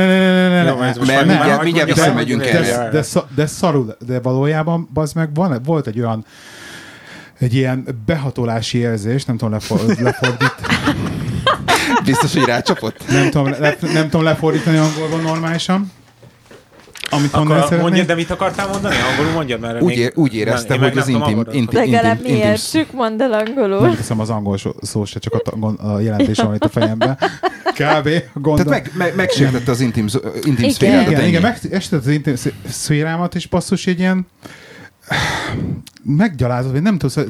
Mert mindjárt visszamegyünk erre. De valójában, bazd meg, volt egy ilyen behatolási érzés, nem tudom lefordítani. Biztos, hogy rácsapott? Nem tudom lefordítani angolban normálisan. Amit mondjad, de mit akartál mondani? Angolul mondjad, mert úgy éreztem, hogy az intim... Legalább mi értsük, mondd el angolul. Nem teszem az angol szó se, csak a jelentés van itt a fejemben. Kb. Tehát megsértette az intim szférádat. Igen, megsértette az intim szférámat, és basszus egy ilyen meggyalázott, hogy nem tudom,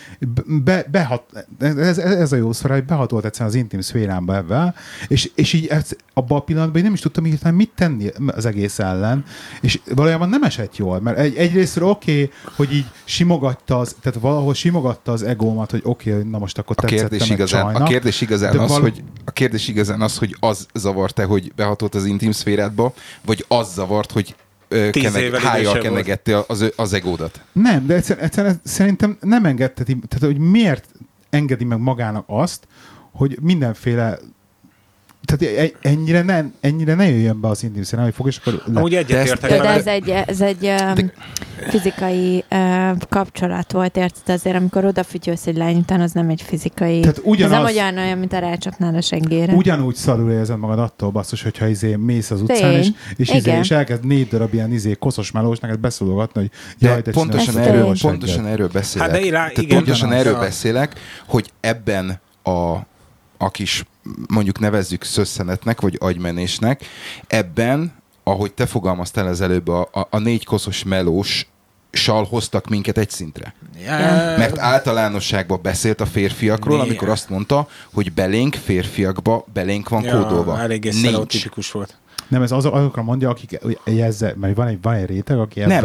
ez a jó szó, hogy behatolt egyszerűen az intim szférámba ebben, és így abban a pillanatban én nem is tudtam mit tenni az egész ellen, és valójában nem esett jól, mert egyrésztről oké, hogy így simogatta tehát valahol simogatta az egómat, hogy oké, na most akkor tetszettem egy csajnak. A kérdés igazán az, hogy az zavart-e, hogy behatolt az intim szférádba, vagy az zavart, hogy hájjal kenegette az egódat. Nem, de egyszerűen szerintem nem engedheti, tehát hogy miért engedi meg magának azt, hogy mindenféle, tehát ennyire ne jöjjön be az intim színál, hogy fog, és akkor... De ez egy fizikai kapcsolat volt, érted? Azért, amikor odafütyölsz egy lány után, az nem egy fizikai... Ez nem olyan, mint a rácsapnál a seggére. Ugyanúgy szarul érzed magad attól, basszus, hogyha mész az utcán, és elkezd 4 darab ilyen koszos melós, neked beszólogatni, hogy jaj, te pontosan erről beszélek. Pontosan erről beszélek, hogy ebben a kis, mondjuk nevezzük szösszenetnek, vagy agymenésnek, ebben, ahogy te fogalmaztál az előbb, a 4 koszos melóssal hoztak minket egy szintre. Yeah. Mert általánosságban beszélt a férfiakról, amikor azt mondta, hogy belénk van kódolva. Eléggé sztereotipikus volt. Nem, ez azokra mondja, akik jelzett, mert van egy réteg, aki nem,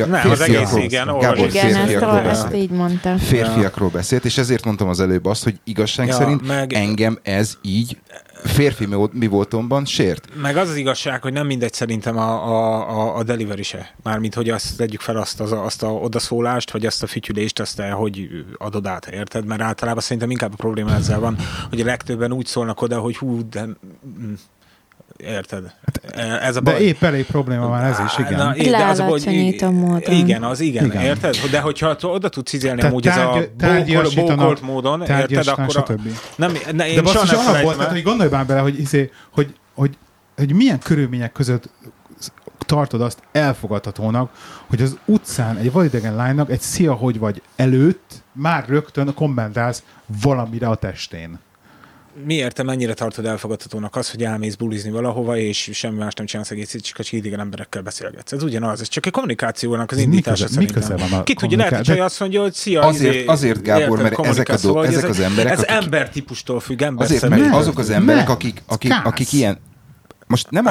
férfiakról beszélt, és ezért mondtam az előbb azt, hogy igazság szerint engem ez így férfi mi voltomban sért. Meg az igazság, hogy nem mindegy szerintem a delivery se. Mármint, hogy azt tegyük fel azt a odaszólást, vagy azt a fütyülést, azt hogy adod át, érted? Mert általában szerintem inkább a probléma ezzel van, hogy a legtöbben úgy szólnak oda, hogy de... Érted? Ez a baj. De épp elég probléma van ez is, igen. Lealacsonyító módon. Igen, érted? De hogyha oda tudsz izélni amúgy ez a bókolt módon, érted? Akkor de basszus, annak volt, hogy gondolj már bele, hogy milyen körülmények között tartod azt elfogadhatónak, hogy az utcán egy vadidegen lánynak egy szia, hogy vagy előtt már rögtön kommentálsz valamire a testén. Miért te mennyire tartod elfogadhatónak az, hogy elmész bulizni valahova, és semmi más nem csinálsz egész, csak idegen emberekkel beszélgetsz? Ez ugyanaz, ez csak egy kommunikációnak az indítása szerintem. Ki tudja, lehet, hogy azt mondja, hogy szia, azért Gábor, mert ezek az emberek... Ez embertípustól függ, azért, mert azok az emberek, akik ilyen... Most nem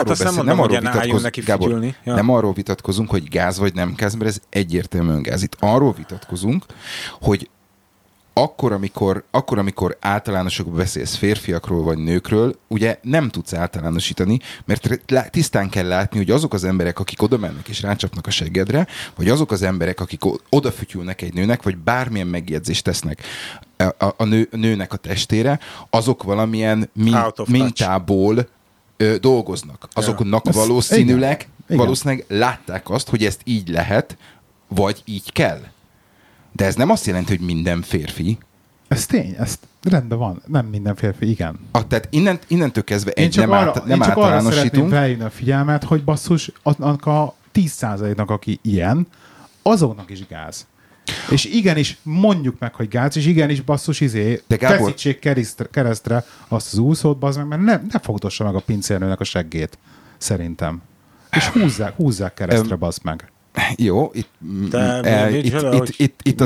arról vitatkozunk, hogy gáz vagy nem gáz, mert ez egyértelműen gáz. Itt arról vitatkozunk, hogy akkor, amikor általánosokban beszélsz férfiakról vagy nőkről, ugye nem tudsz általánosítani, mert tisztán kell látni, hogy azok az emberek, akik oda mennek és rácsapnak a seggedre, vagy azok az emberek, akik odafütyülnek egy nőnek, vagy bármilyen megjegyzést tesznek, a nőnek a testére, azok valamilyen mintából dolgoznak. Azoknak valószínűleg látták azt, hogy ezt így lehet, vagy így kell. De ez nem azt jelenti, hogy minden férfi. Ez tény, ez rendben van. Nem minden férfi, igen. Tehát innentől kezdve nem általánosítunk. Én csak arra szeretném felhívni a figyelmet, hogy basszus, annak a 10%-nak, aki ilyen, azoknak is gáz. És igenis mondjuk meg, hogy gáz, és igenis basszus feszítsék keresztre azt az úszót, bazd meg, mert ne fogdossa meg a pincérnőnek a seggét, szerintem. És húzzák keresztre, bazd meg. Jó, itt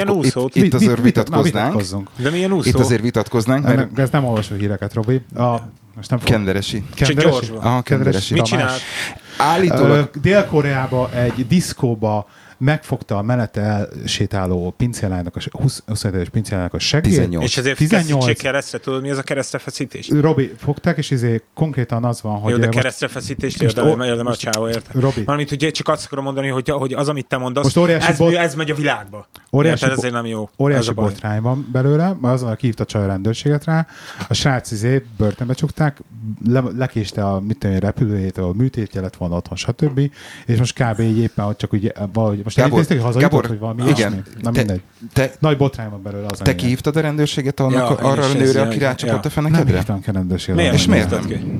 azért vitatkoznánk. De milyen úszó? Itt azért vitatkoznánk, mert... Ez nem olvasó híreket, Robi. Most nem Kenderesi. Kenderesi. Mit csinált? Állítólag Dél-Koreába egy diszkóba megfogta a mellette elsétáló pincélánynak, a 25 éves pincélánynak a segélyt. 18. És ezért feszítsék keresztre, tudod, mi az a keresztrefeszítés? Robi, fogták, és konkrétan az van, hogy... Jó, de keresztrefeszítést érdemel a csávó, érted? Robi. Valamint, hogy csak azt akarom mondani, hogy az, amit te mondasz, ez megy a világba. Ezért nem jó. Óriási botrány van belőle, mert azonnal kihívta a csaj a rendőrséget rá, a srác börtönbe csukták, lekéste a repülőjét, a műtétje lett volna otthon, stb. És most kb. Így éppen, hogy csak úgy valahogy most elintézték, hogy hazajutott, hogy valami ilyesmi. Na mindegy. Nagy botrány van belőle az. Te kihívtad a rendőrséget arra a nőre, aki rácsapott a fenekedre? Nem hívtam ki a rendőrséget. És miért?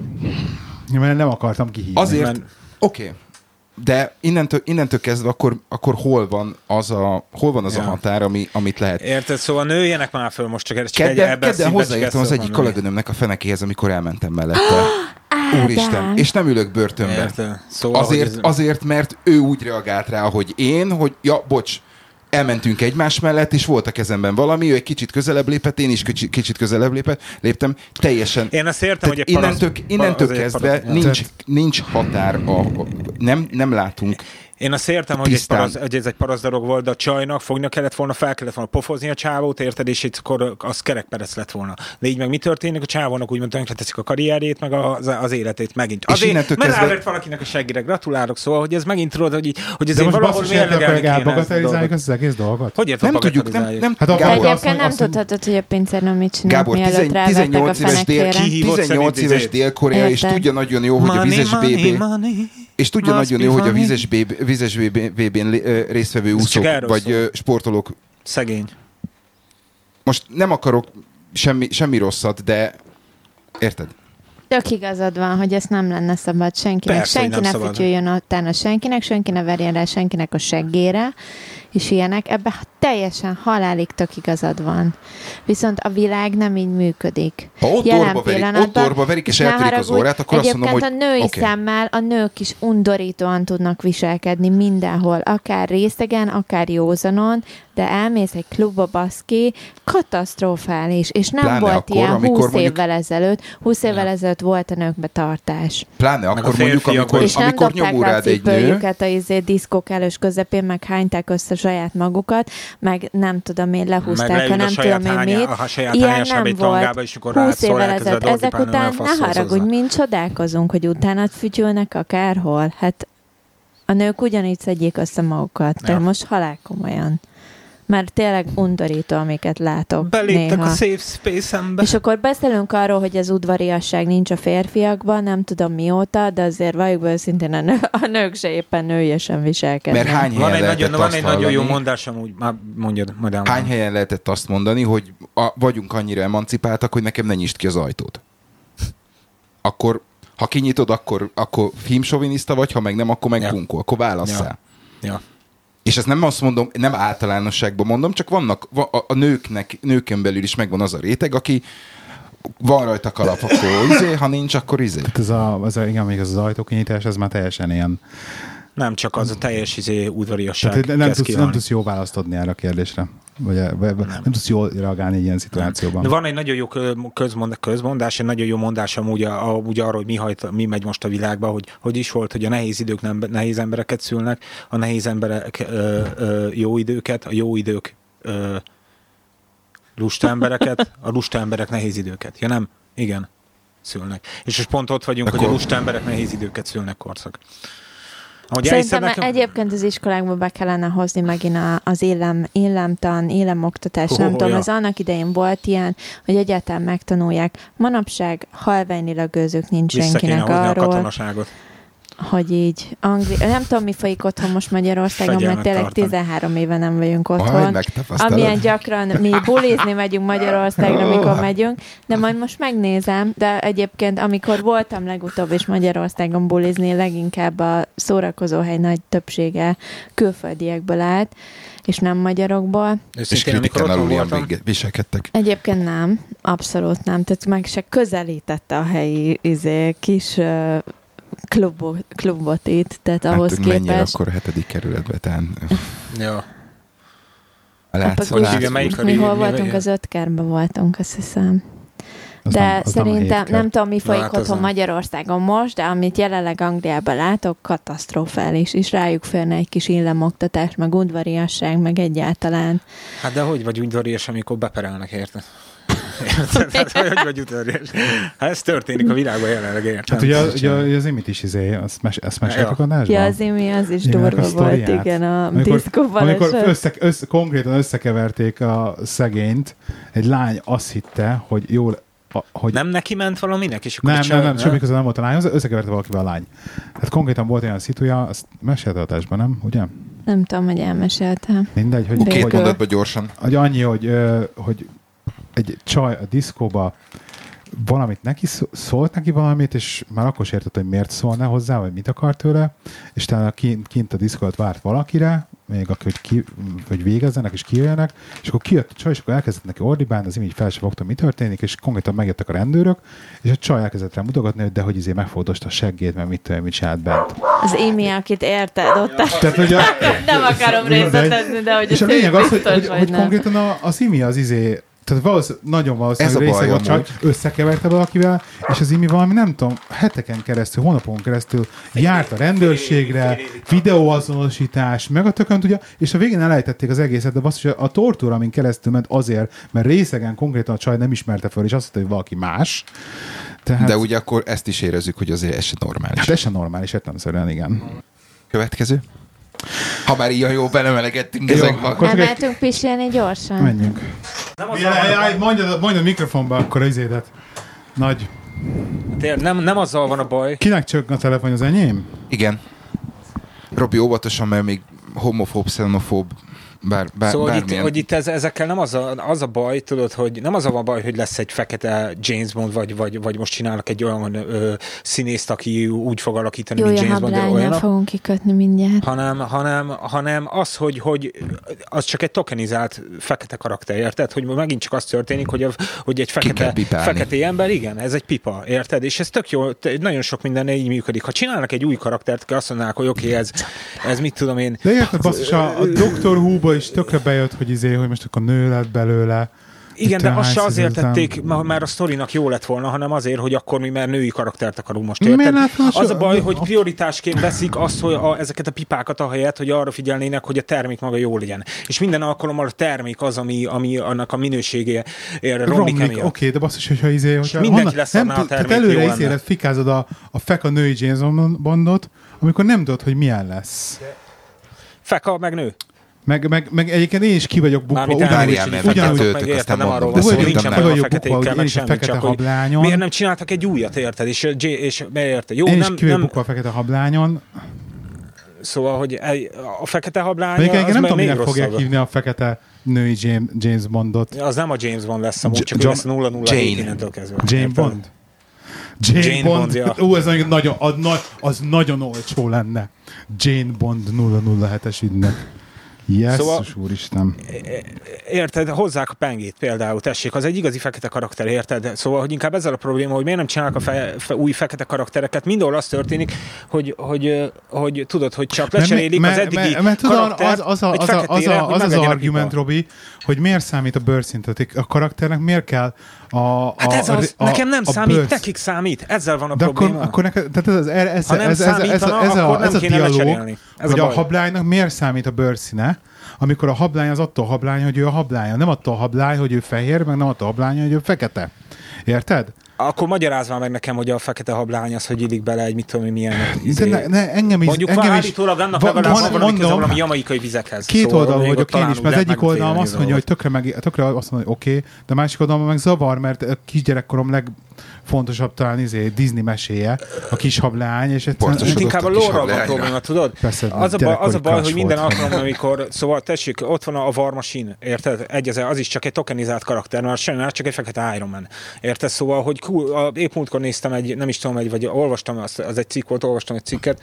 Mert nem akartam kihívni. Azért, oké. De innentől kezdve akkor hol van az a határ, amit lehet. Érted? Szóval nőjenek már föl most csak kedden hozzáértem az egyik kolléganőmnek a fenekéhez, amikor elmentem mellette. Úristen, és nem ülök börtönbe. Szóval azért, mert ő úgy reagált rá, hogy én, hogy bocs, elmentünk egymás mellett, és volt a kezemben valami, ő egy kicsit közelebb lépett, én is kicsit közelebb léptem, teljesen. Én azt értem, hogy innentől kezdve nincs határ, nem látunk. Én azt értem, hogy ez egy paraszdorog volt, de a csajnak fognia kellett volna, fel kellett volna pofozni a csávót, érted, és akkor az kerekperec lett volna. De így meg mi történik? A csávónak úgymond tönkreteszik a karrierjét, meg az életét megint. Azért, mert rávert valakinek a seggire, gratulálok, szóval, hogy ez megint tudod, hogy ezért valahol mérlegelni kéne elbagatelizáljuk az egész dolgot? Hogy érted, nem tudjuk, nem. Egyébként nem tudhatod, hogy a pincérnő mit csinált, mielőtt rávertek a fenekére. 18 éves Dél-Korea, és tudja nagyon jó, hogy a vizes BB... És tudja nagyon jó, hogy a vizes VB-n résztvevő úszók vagy sportolók... Szegény. Most nem akarok semmi rosszat, de érted? Tök igazad van, hogy ezt nem lenne szabad senkinek. Persze, senki ne fütyüljön utána senki ne verjen rá senkinek a seggére, és ilyenek. Ebben teljesen halálig tök igazad van. Viszont a világ nem így működik. Ha ott orba verik és eltörik az órát, akkor azt mondom, hogy a női szemmel a nők is undorítóan tudnak viselkedni mindenhol, akár részegen, akár józanon, de elmész egy klubba, baszki, katasztrofális, és nem pláne volt akkor, ilyen 20 évvel ezelőtt. 20 évvel ezelőtt volt a nőkbe tartás. Akkor mondjuk, amikor nyomul rád egy nő. És nem dobták a diszkók elős közepén, meg hányták össze saját magukat, meg nem tudom én, lehúzták, ha nem tudom én mit. Ilyen nem volt. 20 évvel ezelőtt. Ezek után ne haragudj, mind csodálkozunk, hogy utána fütyülnek akárhol. Hát a nők ugyanígy szedjék össze magukat. De most halál komolyan. Mert tényleg undorító, amiket látok. Beléptek néha. A safe space-embe. És akkor beszélünk arról, hogy az udvariasság nincs a férfiakban, nem tudom mióta, de azért valljuk be őszintén, a nők se éppen nőiesen viselkednek. Mert hány helyen van egy nagyon jó mondás, amúgy, mondjad. Hány helyen lehetett azt mondani, hogy vagyunk annyira emancipáltak, hogy nekem ne nyisd ki az ajtót. Akkor, ha kinyitod, akkor filmsoviniszta vagy, ha meg nem, akkor meg bunkó. Akkor válasszál. Ja. És ezt nem azt mondom, nem általánosságban mondom, csak vannak a nőkön belül is megvan az a réteg, aki van rajta kalap, akkor ha nincs, akkor igen, még az ajtókinyitás, ez már teljesen ilyen. Nem csak az a teljes udvariasság. Nem tudsz jó választ adni erre a kérdésre. Nem tudsz jól reagálni egy ilyen szituációban. De van egy nagyon jó közmondás, egy nagyon jó mondás amúgy arról, hogy mi megy most a világban, hogy is volt, hogy a nehéz idők nem nehéz embereket szülnek, a nehéz emberek jó időket, a jó idők lusta embereket, a lusta emberek nehéz időket. Ja nem? Igen. Szülnek. És most pont ott vagyunk, hogy a lusta emberek nehéz időket szülnek, korszak. Szerintem egyébként az iskolákba be kellene hozni megint az illemtan, illemoktatás, nem tudom, ez annak idején volt ilyen, hogy egyáltalán megtanulják. Manapság halványilag gőzük nincs senkinek arról, hogy így nem tudom, mi folyik otthon most Magyarországon, mert tényleg 13 éve nem vagyunk otthon. Amilyen gyakran mi bulizni megyünk Magyarországra, amikor megyünk, de majd most megnézem, de egyébként amikor voltam legutóbb is Magyarországon bulizni, leginkább a szórakozóhely nagy többsége külföldiekből állt, és nem magyarokból. És kritikán alul ilyen viselkedtek. Egyébként nem, abszolút nem. Tehát meg se közelítette a helyi kis klubot itt, tehát ahhoz képest. Mennyire akkor 7. kerületbe, tehát... Ja. Mi hol voltunk? Az Ötkerben voltunk, azt hiszem. De szerintem nem tudom, mi folyik otthon Magyarországon most, de amit jelenleg Angliában látok, katasztrofális, és rájuk férne egy kis illemoktatás, meg udvariasság, meg egyáltalán. Hát de hogy vagy udvarias, amikor beperelnek, érted? Hogy vagy udvarias? Hát ez történik a világban jelenleg, értem. Hát ugye az Imit is ezt meséltek adásban? Ja, az Imi az is durva volt, igen, a diszkóban. Amikor konkrétan összekeverték a szegényt, egy lány azt hitte, hogy jól hogy... Nem neki ment valaminek? És nem, semmi köze nem volt a lányhoz, összekeverte valakivel a lány. Hát konkrétan volt olyan szituja, azt mesélte adásban, nem? Ugye? Nem tudom, hogy elmeséltem. Mindegy, hogy... Két mondatban gyorsan. Hogy annyi, hogy egy csaj a diszkóba valamit szólt neki valamit, és már akkor is értett, hogy miért szólna hozzá, vagy mit akar tőle, és talán kint a diszkót várt valakire, még hogy végezzenek és kijöjjenek, és akkor kijött a csaj, és akkor elkezdett neki ordibálni, az így fel sem fogta, mi történik, és konkrétan megjöttek a rendőrök, és a csaj elkezdett rá mutogatni, hogy de hogy megfogdosta a seggét, mert mit csinált bent. Az Amy, akit érted ott. Tehát, hogy nem akarom részletezni, de hogy és a lényeg az, hogy konkrétan az Amy az tehát nagyon valószínűleg részeg a csaj, összekeverte valakivel, és az Imi valami, nem tudom, heteken keresztül, hónapon keresztül járt a rendőrségre, videóazonosítás, meg a tökön tudja, és a végén elejtették az egészet, de basszus, a tortúra, amin keresztül ment azért, mert részegen konkrétan a csaj nem ismerte föl, és azt mondta, hogy valaki más. Tehát... De ugye akkor ezt is érezzük, hogy azért ez sem normális. Hát ez sem normális, értelemszerűen, igen. Következő. Ha már ilyen jó belemelegettünk ezekben. Elmehetünk pisilni gyorsan. Menjünk. Mondjad mikrofonba akkor az izédet. Nagy. Nem azzal van a baj. Kinek csökken a telefon, az enyém? Igen. Robi, óvatosan, mert még homofób, xenofób, szóval hogy itt ezekkel nem az a baj, tudod, hogy nem az a baj, hogy lesz egy fekete James Bond, vagy most csinálnak egy olyan színészt, aki úgy fog alakítani, mint James Bond. Jó, hablány, fogunk kikötni mindjárt. Hanem az, hogy az csak egy tokenizált fekete karakter, érted? Hogy megint csak az történik, hogy egy fekete ember, igen, ez egy pipa, érted? És ez tök jó, nagyon sok minden így működik. Ha csinálnak egy új karaktert, akkor azt mondanák, hogy oké, ez mit tudom én. De érted, basszus, a Dr. Who is tökre bejött, hogy most akkor nő lett belőle. Igen, de azt se azért tették, mert a sztorinak jó lett volna, hanem azért, hogy akkor mi már női karaktert akarunk most, érted? Az a baj, hogy prioritásként veszik azt, hogy ezeket a pipákat ahelyett, hogy arra figyelnének, hogy a termék maga jó legyen. És minden alkalommal a termék az, ami annak a minőségére romlik emiatt. Oké, de basszus, hogyha mindenki leszarná a termék, előre izélet fikázod a feka női James Bondot, amikor nem tudod, hogy milyen lesz. Feka meg nő. Meg egyébként én is ki vagyok bukva. Ugyanúgy aztán nem arról beszél, nincsen meg a feketékkel, meg semmit, csak hogy miért nem csináltak egy újat, érted? És érted? Jó, én is ki vagyok bukva a fekete hablányon. Szóval, hogy a fekete hablány az nem tudom, minek fogják hívni a fekete női James Bondot. Az nem a James Bond lesz amúgy, csak lesz 007 innentől kezdve. Jane Bond? Jane Bond, ja. Az nagyon olcsó lenne. Jane Bond 007-es ügynök. Szóval, úristen. Érted, hozzák a pengét például, tessék, az egy igazi fekete karakter, érted? Szóval, hogy inkább ezzel a probléma, hogy miért nem csinálnak új fekete karaktereket, mindenhol az történik, hogy tudod, hogy csak lecserélik az eddigi karaktert egy feketére, az az argument, Robi, hogy miért számít a bőrszintet? A karakternek miért kell nekem nem számít, nekik számít. Ezzel van a probléma. Akkor ez a dialóg, hogy a hablánynak miért számít a bőrszíne, amikor a hablány az attól hablány, hogy ő a hablánya. Nem attól hablány, hogy ő fehér, meg nem attól hablány, hogy ő fekete. Érted? Akkor magyarázz már meg nekem, hogy a fekete hablány az, hogy illik bele egy mit tudom, milyen... Engem is... Mondjuk állítólag annak legalább valami köze valami jamaikai vizekhez. Két oldal vagyok én is, mert az egyik oldalom azt mondja, hogy tökre azt mondja, hogy oké, de a másik oldalom meg zavar, mert a kisgyerekkorom legfontosabb talán Disney meséje, a kis hablány, és egyszerűen... Inkább a lore-ral van probléma, tudod? Persze, az a baj, hogy minden alkalommal, amikor... Szóval tessék, ott van a War Machine, érted? Az is csak egy tokenizált karakter, mert semmi más, csak egy fekete Iron Man. Érted? Szóval, hogy épp múltkor néztem vagy olvastam, az egy cikk volt, olvastam egy cikket,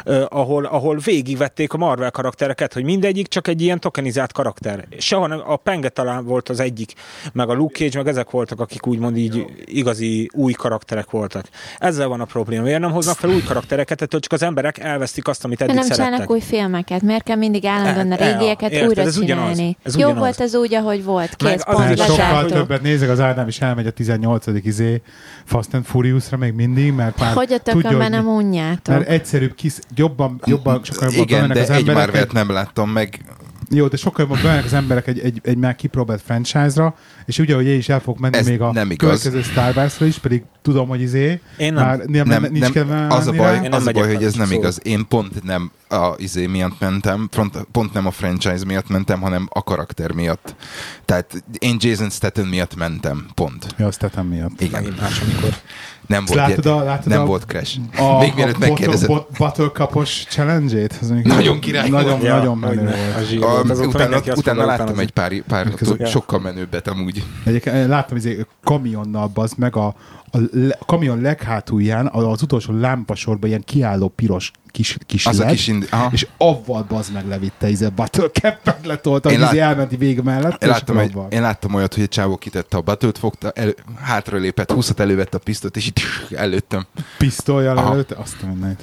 ahol végigvették a Marvel karaktereket, hogy mindegyik csak egy ilyen tokenizált karakter. Sehol nem, a Penge talán volt az egyik, meg a Luke Cage, meg ezek voltak, akik úgymond így igazi új karakterek voltak. Ezzel van a probléma. Miért nem hoznak fel új karaktereket, ettől csak az emberek elvesztik azt, amit eddig szerettek. Nem csinálnak új filmeket. Miért kell mindig állandóan a régieket újra csinálni? Jó volt ez úgy, ahogy volt. Kész, pont sokkal többet nézek, az Ádám is elmegy a 18. Fast and Furious-ra még mindig, mert már hogy a tökönben nem unjátok? Mert egyszerűbb, jobban sokkal jobban igen, de egy Marvelt nem láttam meg. Jó, de sokkal jobban bemennek az emberek egy már kipróbált franchise-ra, és ugye, hogy én is el fogok menni ez még a következő Star Wars-ra is, pedig tudom, hogy már nincs kedve. Az a baj, hogy ez nem igaz. Én pont nem miatt mentem, pont nem a franchise miatt mentem, hanem a karakter miatt. Tehát én Jason Statham miatt mentem, pont. Ja, Statham miatt. Igen. Amikor nem volt volt crash. Még mielőtt megkérdezett. Battle Cup-os challenge-ét? Nagyon király. Nagyon menő volt. Utána láttam egy pár sokkal menőbbet amúgy. Egyébként láttam, hogy kamionnal bazd meg a kamion leghátulján az utolsó lámpasorban ilyen kiálló piros kis az led, a kis és avval bazd meg levitte Battle Cap-et letolta, hogy elmenti vége mellett. Én láttam olyat, hogy egy csávó kitette a Battle-t, fogta, hátra lépett, 20-at elővette a pisztolyt, és itt előttem. Pisztollyal előtte? Azt a mindent.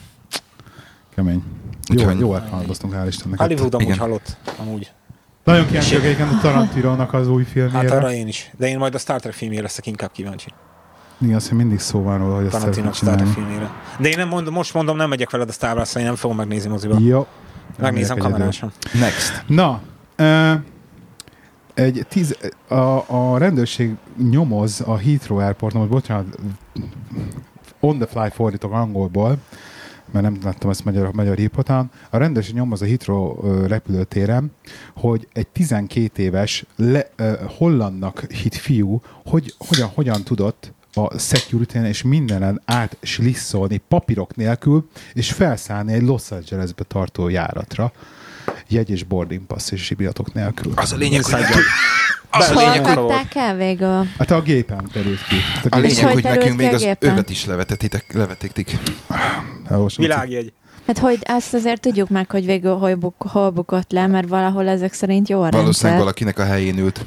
Kemény. Jó elhallgoztunk, hál' Istennek. Hollywood amúgy halott, amúgy. Nagyon kíváncsi vagyok a Tarantirónak az új filmjére. Hát arra én is. De én majd a Star Trek filmjére leszek inkább kíváncsi. Igen, azt mindig szó van róla, hogy ezt szeretném csinálni. Star Trek filmjére. De én most mondom, nem megyek veled a Star Wars-ra, én nem fogom megnézni moziba. Jó. Megnézem kamerásan. Next. Na, a rendőrség nyomoz a Heathrow Airporton, bocsánat, on the fly fordítok angolból, mert nem láttam ezt magyar hírportálon. A rendőrség nyomoz a Heathrow repülőtéren, hogy egy 12 éves hollandnak hit fiú hogyan tudott a security-n és mindenen átslisszelni papírok nélkül, és felszállni egy Los Angelesbe tartó járatra. Jegy és boarding pass és zsibiratok nélkül. Az a lényeg, hogy akadták el végül? Hát a gépen terült ki. A lényeg, hogy nekünk még az övet is levetették. Világjegy. Hát hogy azt azért tudjuk meg, hogy végül hol bukott le, mert valahol ezek szerint jó a rendszer. Valószínűleg valakinek a helyén ült.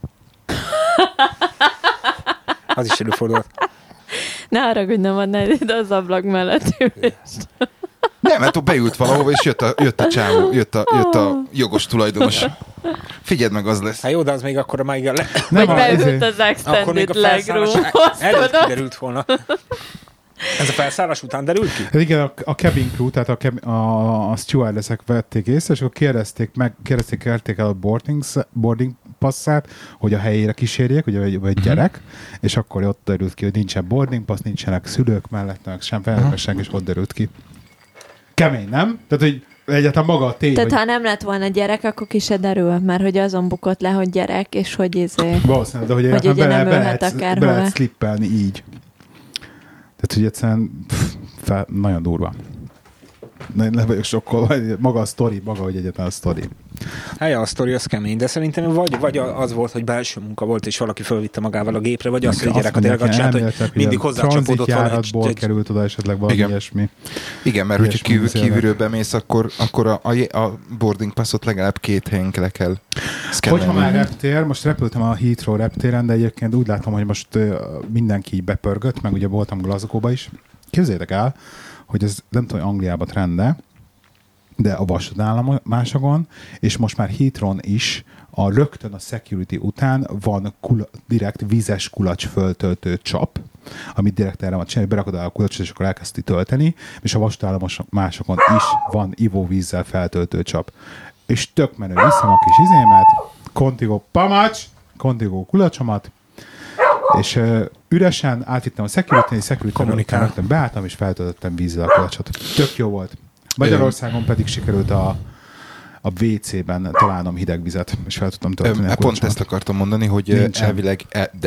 Az is előfordult. Ne haragudj, nem adnád ide az ablak mellett ülést. Nem, mert ott beült valahova, és jött a csávó, jött a jogos tulajdonos. Figyeld meg, az lesz. Hát jó, de az még akkor már vagy beült az extended legroom. Előtt kiderült volna. Ez a felszállás után derült ki? Igen, a cabin crew, tehát a stewardessek vették észre, és akkor kérték el a boarding passzát, hogy a helyére kísérjék, ugye, vagy gyerek, és akkor ott derült ki, hogy nincsen boarding pass, nincsenek szülők mellett, sem felelősek, és ott derült ki. Kemény, nem? Tehát, hogy egyáltalán maga a tény. Tehát, ha nem lett volna gyerek, akkor ki se derül, mert hogy azon bukott le, hogy gyerek, és hogy valószínűleg, de hogy ugye nem ülhet akárhova. Be lehet slippelni így. Tehát, hogy egyszerűen nagyon durva. Nem vagyok sokkolva, maga a sztori, hogy egyáltalán a sztori. Hát a sztori az kemény, de szerintem vagy az volt, hogy belső munka volt, és valaki fölvitte magával a gépre, vagy az, hogy a gyerek a tényleg csinált, hogy mindig hozzácsapódott volna egy... került oda esetleg valami ilyesmi. Igen, mert hogyha kívülről bemész, akkor a boarding passot legalább 2 helyen le kell szkennelni. Hogyha már reptér, most repültem a Heathrow reptéren, de egyébként úgy látom, hogy most mindenki bepörgött, meg ugye voltam Glasgow-ba is. Képzeljétek el, hogy ez nem tudom, hogy Angliában trende, de a vasútállomásokon, és most már Heathrow-n is rögtön a security után van direkt vízes kulacs föltöltő csap, amit direkt erre van csinálni, berakod el a kulacsot, és akkor elkezdi tölteni, és a vasútállomásokon is van ivóvízzel feltöltő csap. És tök menő, viszem a kis izémet, Contigo kulacsomat, És üresen átvittem a security-n, beálltam és feltöltöttem vízzel a kulacsot. Tök jó volt. Magyarországon pedig sikerült a WC-ben találnom hideg vizet, és fel tudtam tölteni a pont ezt akartam mondani, hogy nincsen. Elvileg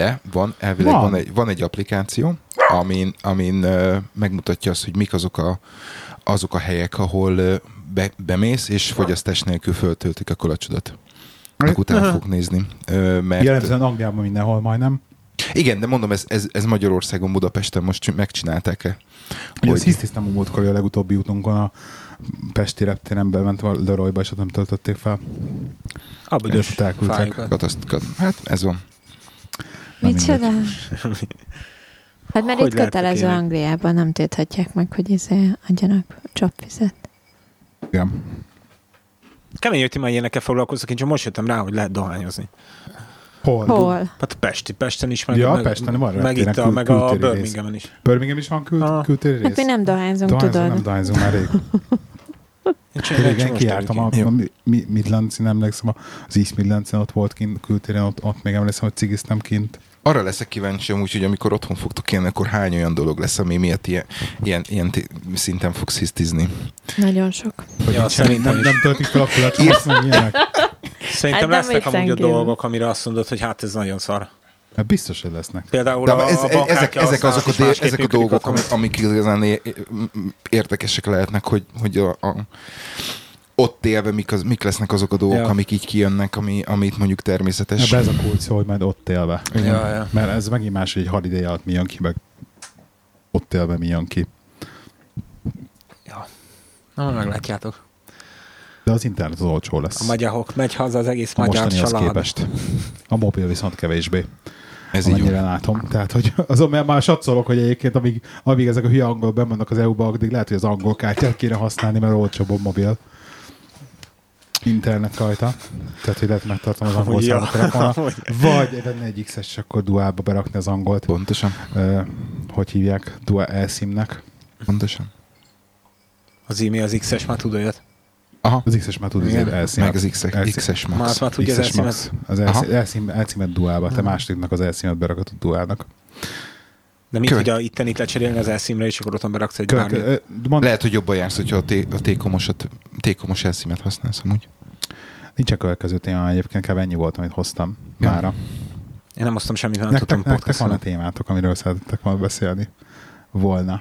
van egy applikáció, amin megmutatja azt, hogy mik azok a helyek, ahol bemész, és fogyasztás nélkül föltöltik a kulacsodat. Akkor utána fog nézni. Jelentően Angliában mindenhol majdnem. Igen, de mondom, ez Magyarországon, Budapesten most megcsinálták-e? Ugye azt hisztisztem a múltkor, a legutóbbi útunkon a Pesti reptéren bementem a Leroyba, és ott nem töltötték fel. A büdös fájukat. Hát ez van. Mit csinál? Hát mert itt kötelező Angliában, nem tilthatják meg, hogy adjanak csapvizet. Igen. Kemény, hogy ti már ilyenekkel foglalkoztok, én csak most jöttem rá, hogy lehet dohányozni. Hol? Hát Pesten is, Pesten van meg itt, meg a Birminghamen is. Birmingham is van kültéri rész? Hát mi nem dohányzunk, tudod. Nem dohányzunk már rég. Én kijártam a Midlands-in, emlékszem, az East Midlands-en ott volt kint kültéren, ott még emlékszem, hogy cigiztem kint. Arra leszek kíváncsi, úgyhogy amikor otthon fogtok élni, akkor hány olyan dolog lesz, ami miatt ilyen szinten fogsz hisztizni? Nagyon sok. Nem töltik fel a kulacsot, meg ilyenek. Szerintem hát lesznek amúgy a dolgok, amire azt mondod, hogy hát ez nagyon szar. Hát biztos, hogy lesznek. Például ezek a dolgok, amik igazán érdekesek lehetnek, hogy ott élve mik lesznek azok a dolgok, amik így kijönnek, amit mondjuk természetes. Ebben ez a kulcs, hogy majd ott élve. Ja. Mert ez megint más, hogy egy holiday alatt mi jön ki, meg ott élve mi jön ki. Ja. Na, meglátjátok. De az internet az olcsó lesz. A magyarok megy haza az egész magyar család. Képest. A mobil viszont kevésbé. Ez így látom. Tehát, hogy azon már satszolok, hogy egyébként amíg ezek a hülye angolok bemennek az EU-ba, addig lehet, hogy az angol kártyát kéne használni, mert olcsóbb a mobil. Internet rajta. Tehát, hogy lehet megtartom az angol számot telefonra. Vagy lenne egy X-es, és akkor duálba berakni az angolt. Pontosan. Hogy hívják? Dual eSIM-nek. Pontosan. Az e-mail az X-es már tud olyat. Aha. Az X-es már tud az eSIM-et. Meg az X-es Max. Már tudja az eSIM-et. Az eSIM-et duálba. Te másodiknak az eSIM-et berakod a duálnak. De mit, hogy itt lecserélni az eSIM-re, és akkor otthon beraksz egy bármit? Lehet, hogy jobban jársz, hogyha a T-komos eSIM-et használsz amúgy. Nincs a következő téma, egyébként kb. Ennyi volt, amit hoztam mára. Én nem hoztam semmit, hanem tudtam podcaston. Nektek van a témátok, amiről szeretettek volna beszélni volna.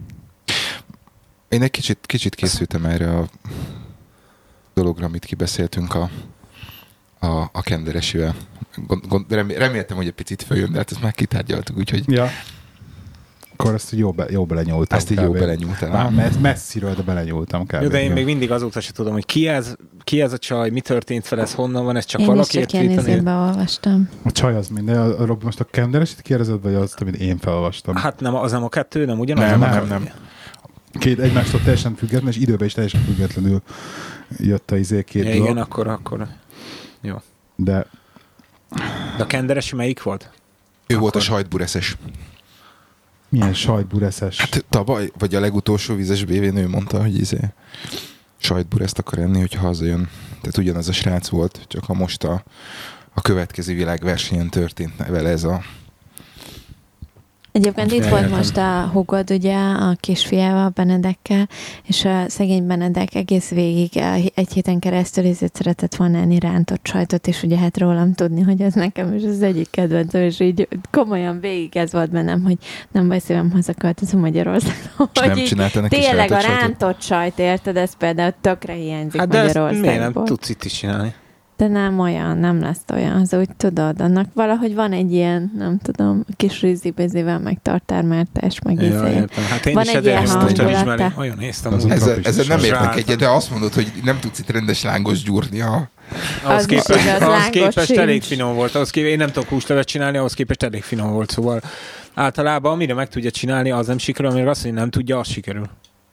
Én egy kicsit készültem erre a dologra, amit kibeszéltünk a Kenderesivel. Reméltem, hogy egy picit följön, de hát ezt már kitárgyaltuk, úgyhogy... Ja. Akkor ezt jó belenyúltam. Ezt így jó belenyúltam. Messziről, de belenyúltam kb. Jó, de én még mindig azóta sem tudom, hogy ki ez a csaj, mi történt fel, ez honnan van, ez csak valaki ért tweeteni. Én is csak ilyen beolvastam. A csaj az minden. Robi, most a Kenderesit kérdezed, vagy azt, amit én felolvastam? Hát nem, az nem a kettő, nem ugyanaz? Nem. Két egymástól teljesen független, és időben is teljesen függetlenül jött a két dolog. Igen, akkor jó. De a Kenderesi melyik volt? Ő volt a sajtbureszes. Milyen sajtbureszes? Hát tavaly, vagy a legutolsó vízes BV-n ő mondta, hogy sajtbureszt akar enni, hogyha hazajön. Tehát ugyanaz a srác volt, csak most a következő világversenyen történt vele ez a... Egyébként itt volt most a hugod, ugye, a kisfiával, Benedekkel, és a szegény Benedek egész végig egy héten keresztül ezért szeretett volna enni rántott sajtot, és ugye hát rólam tudni, hogy ez nekem is az egyik kedvencem, és így komolyan végig ez volt bennem, hogy nem baj, szívem hazaköltözöm Magyarországon. Nem csinálta neki tényleg a rántott sajt, érted, ez például tökre hiányzik hát Magyarországból. Hát de miért nem tudsz itt is csinálni? De nem lesz olyan, az úgy tudod, annak valahogy van egy ilyen, nem tudom, kis rizibézivel, meg tartármártás, meg Hát én van is hangulata. Olyan néztem. Ezzel nem értek egyet, de azt mondod, hogy nem tudsz itt rendes lángos gyúrni. Ahhoz képest elég finom volt. Én nem tudok húslevet csinálni, ahhoz képest elég finom volt. Szóval általában amire meg tudja csinálni, az nem sikerül, amire azt mondja, nem tudja, az sikerül.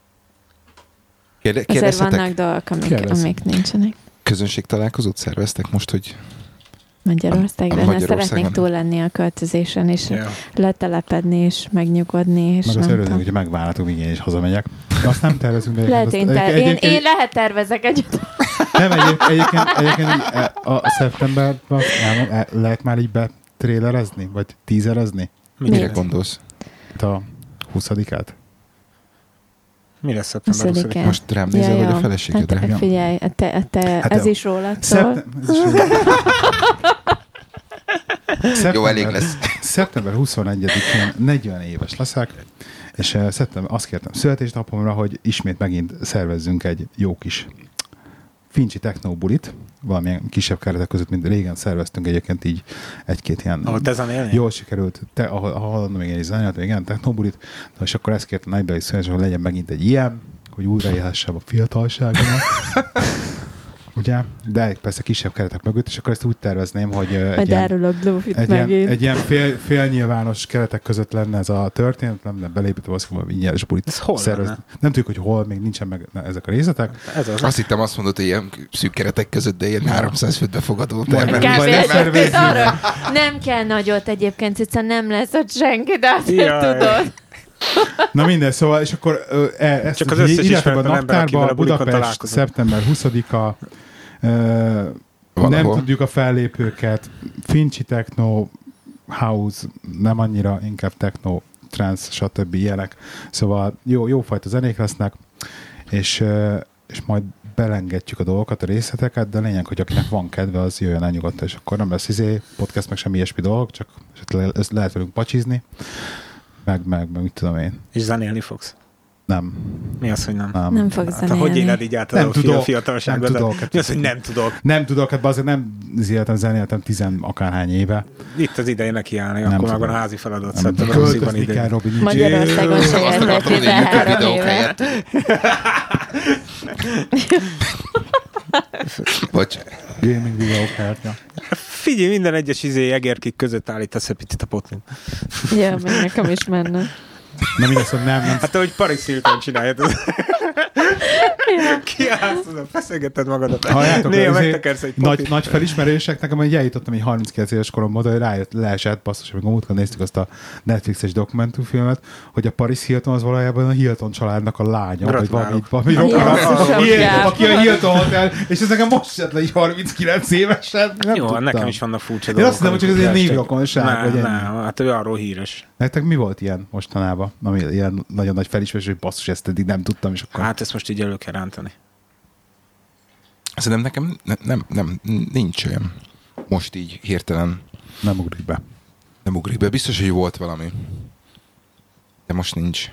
Azért vannak dolgok, amik nincsenek. Közönségtalálkozót szerveztek most, hogy Magyarországon szeretnék túl lenni a költözésen, és letelepedni, és megnyugodni, és meg azt örülünk, hogy megvállaltunk, míg én is hazamegyek. Azt nem tervezünk, de lehet én lehet tervezek együtt. Nem, egyébként a szeptemberben lehet már így trélerezni? Vagy tízerezni? Mire gondolsz? A 20-át? Mi lesz szeptember 20-án? Most rám nézel, vagy a feleségedre? Hát, figyelj, ez is rólad szól. Jó, elég lesz. Szeptember 21-én 40 éves leszek, és azt kértem születésnapomra, hogy ismét megint szervezzünk egy jó kis fincsi technobulit, valamilyen kisebb keretek között, mint régen szerveztünk egyébként így egy-két ilyen ahol te zenélni? Jól sikerült, ahol még én is zenéltem, még ilyen technobulit, és akkor ezt kértem nagybeli születésnapomra, hogy legyen megint egy ilyen, hogy újraélhessem a fiatalságomat. Ugye? De persze kisebb keretek mögött, és akkor ezt úgy tervezném, hogy egy ilyen félnyilvános keretek között lenne ez a történet, nem belépítve azt fogom ingyenes bulit szervezni. Nem tudjuk, hogy hol, még nincsen meg ezek a részletek. Azt hittem, azt mondod, hogy ilyen szűk keretek között, de ilyen 300 főt befogadó. Nem kell nagyot egyébként, hiszen nem lesz ott senki, de azért tudod. Na minden, szóval, és akkor ezt csak az összes írjátok a naptárba, Budapest, szeptember 20-a, nem tudjuk a fellépőket, fincsi techno, house, nem annyira, inkább techno, trance, stb. Ilyenek. Szóval jófajta zenék lesznek, és belengedjük a dolgokat, a részleteket, de lényeg, hogy akinek van kedve, az jöjjön el nyugodtan, és akkor nem lesz podcast, meg semmi ilyesmi dolog, csak lehet velünk pacsizni. Meg mit tudom én. És zenélni fogsz? Nem. Mi az, hogy nem? Nem fogsz zenélni. Hogy éled így általában a fiatalságban? Nem tudok. Mi az, hogy nem tudok? Nem tudok, hát azért nem zenéltem 10 akárhány éve. Itt az ideje nekiállni, akkor már van a házi feladat. Költözni kell, Robi. Magyarországon se éltek 13 éve. Bocs. Gaming videókártya. Figyelj, minden egyes egérkik között állítasz egy picit a potlin. Ja, meg nekem is menne. Na mindez, hogy nem. Hát ahogy Paris Hilton csináljad. Kiállsz, feszegeted magadat. Néha megtekersz egy potit. Nagy felismerések, nekem egy eljutottam egy 39 éves koromban, hogy leesett, basszus, amikor múltkor néztük azt a Netflixes dokumentumfilmet, hogy a Paris Hilton az valójában a Hilton családnak a lánya, vagy valami aki a Hilton Hotel, és ez nekem most jött le így 39 évesen. Jó, tudtam. Nekem is vannak furcsa dolgok. Én azt hiszem, hogy csak ez egy névrokonság. Nem, hát ő arról híres. Nektek mi volt ilyen mostanában? Ami ilyen nagyon nagy felismerés, hogy basszus, ezt eddig nem tudtam, és akkor... Hát ezt most így elő kell rántani. Szerintem nekem nincs olyan. Most így hirtelen. Nem ugrik be. Nem ugrik be. Biztos, hogy volt valami. De most nincs.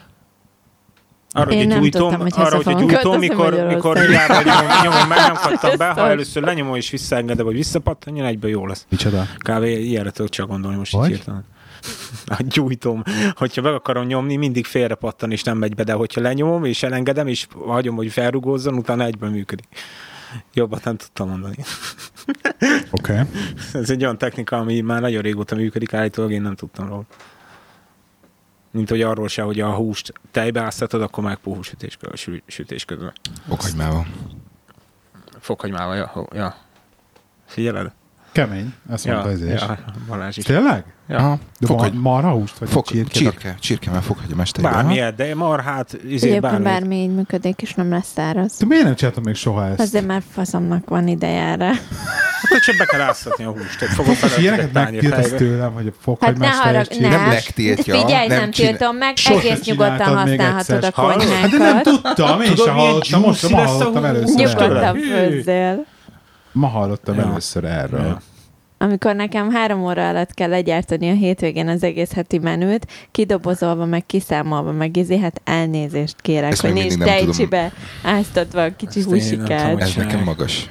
Arra, hogy egy újtóm, mikor hiába nyomom, meg nem kaptam be, ha először lenyomom és visszaengedem, vagy visszapattanjon, egyből jó lesz. Micsoda? Kávé, ilyenre tudok csak gondolni most így hirtelen. A gyújtom. Hogyha meg akarom nyomni, mindig félre pattan, és nem megy be, de hogyha lenyomom, és elengedem, és hagyom, hogy felrugózzon, utána egyből működik. Jobbat nem tudtam mondani. Oké. Ez egy olyan technika, ami már nagyon régóta működik, állítólag én nem tudtam róla. Mint hogy arról se, hogy a húst tejbe áztatod, akkor már sütés közben. Fokhagymával. Fokhagymával, ja. Figyeled? Kemény, ezt mondta az is. Ja, Balázs is. Tényleg? Ja. De marha húst, vagy csirke, mert fokhagymestejében. Bármilyet, de marhát, bármi így működik, és nem lesz száraz. De miért nem csináltam még soha ezt? Azért már faszomnak van idejára. Hát csak be kell áztatni a húst. És ilyeneket megtiltasz tőlem, hogy a fokhagymester nem megtiltja. Figyelj, nem tiltom meg, egész nyugodtan használhatod a konyhánkat. Hát de nem tudtam, én sem hallottam, most ma hallottam először. Nyugodtan főzzél. Ma hallottam először erről. Amikor nekem 3 óra alatt kell legyártani a hétvégén az egész heti menüt, kidobozolva, meg kiszámolva, meg hát elnézést kérek, ezt hogy nincs tejcsibe áztatva a kicsi húsikát. Ez nekem magas.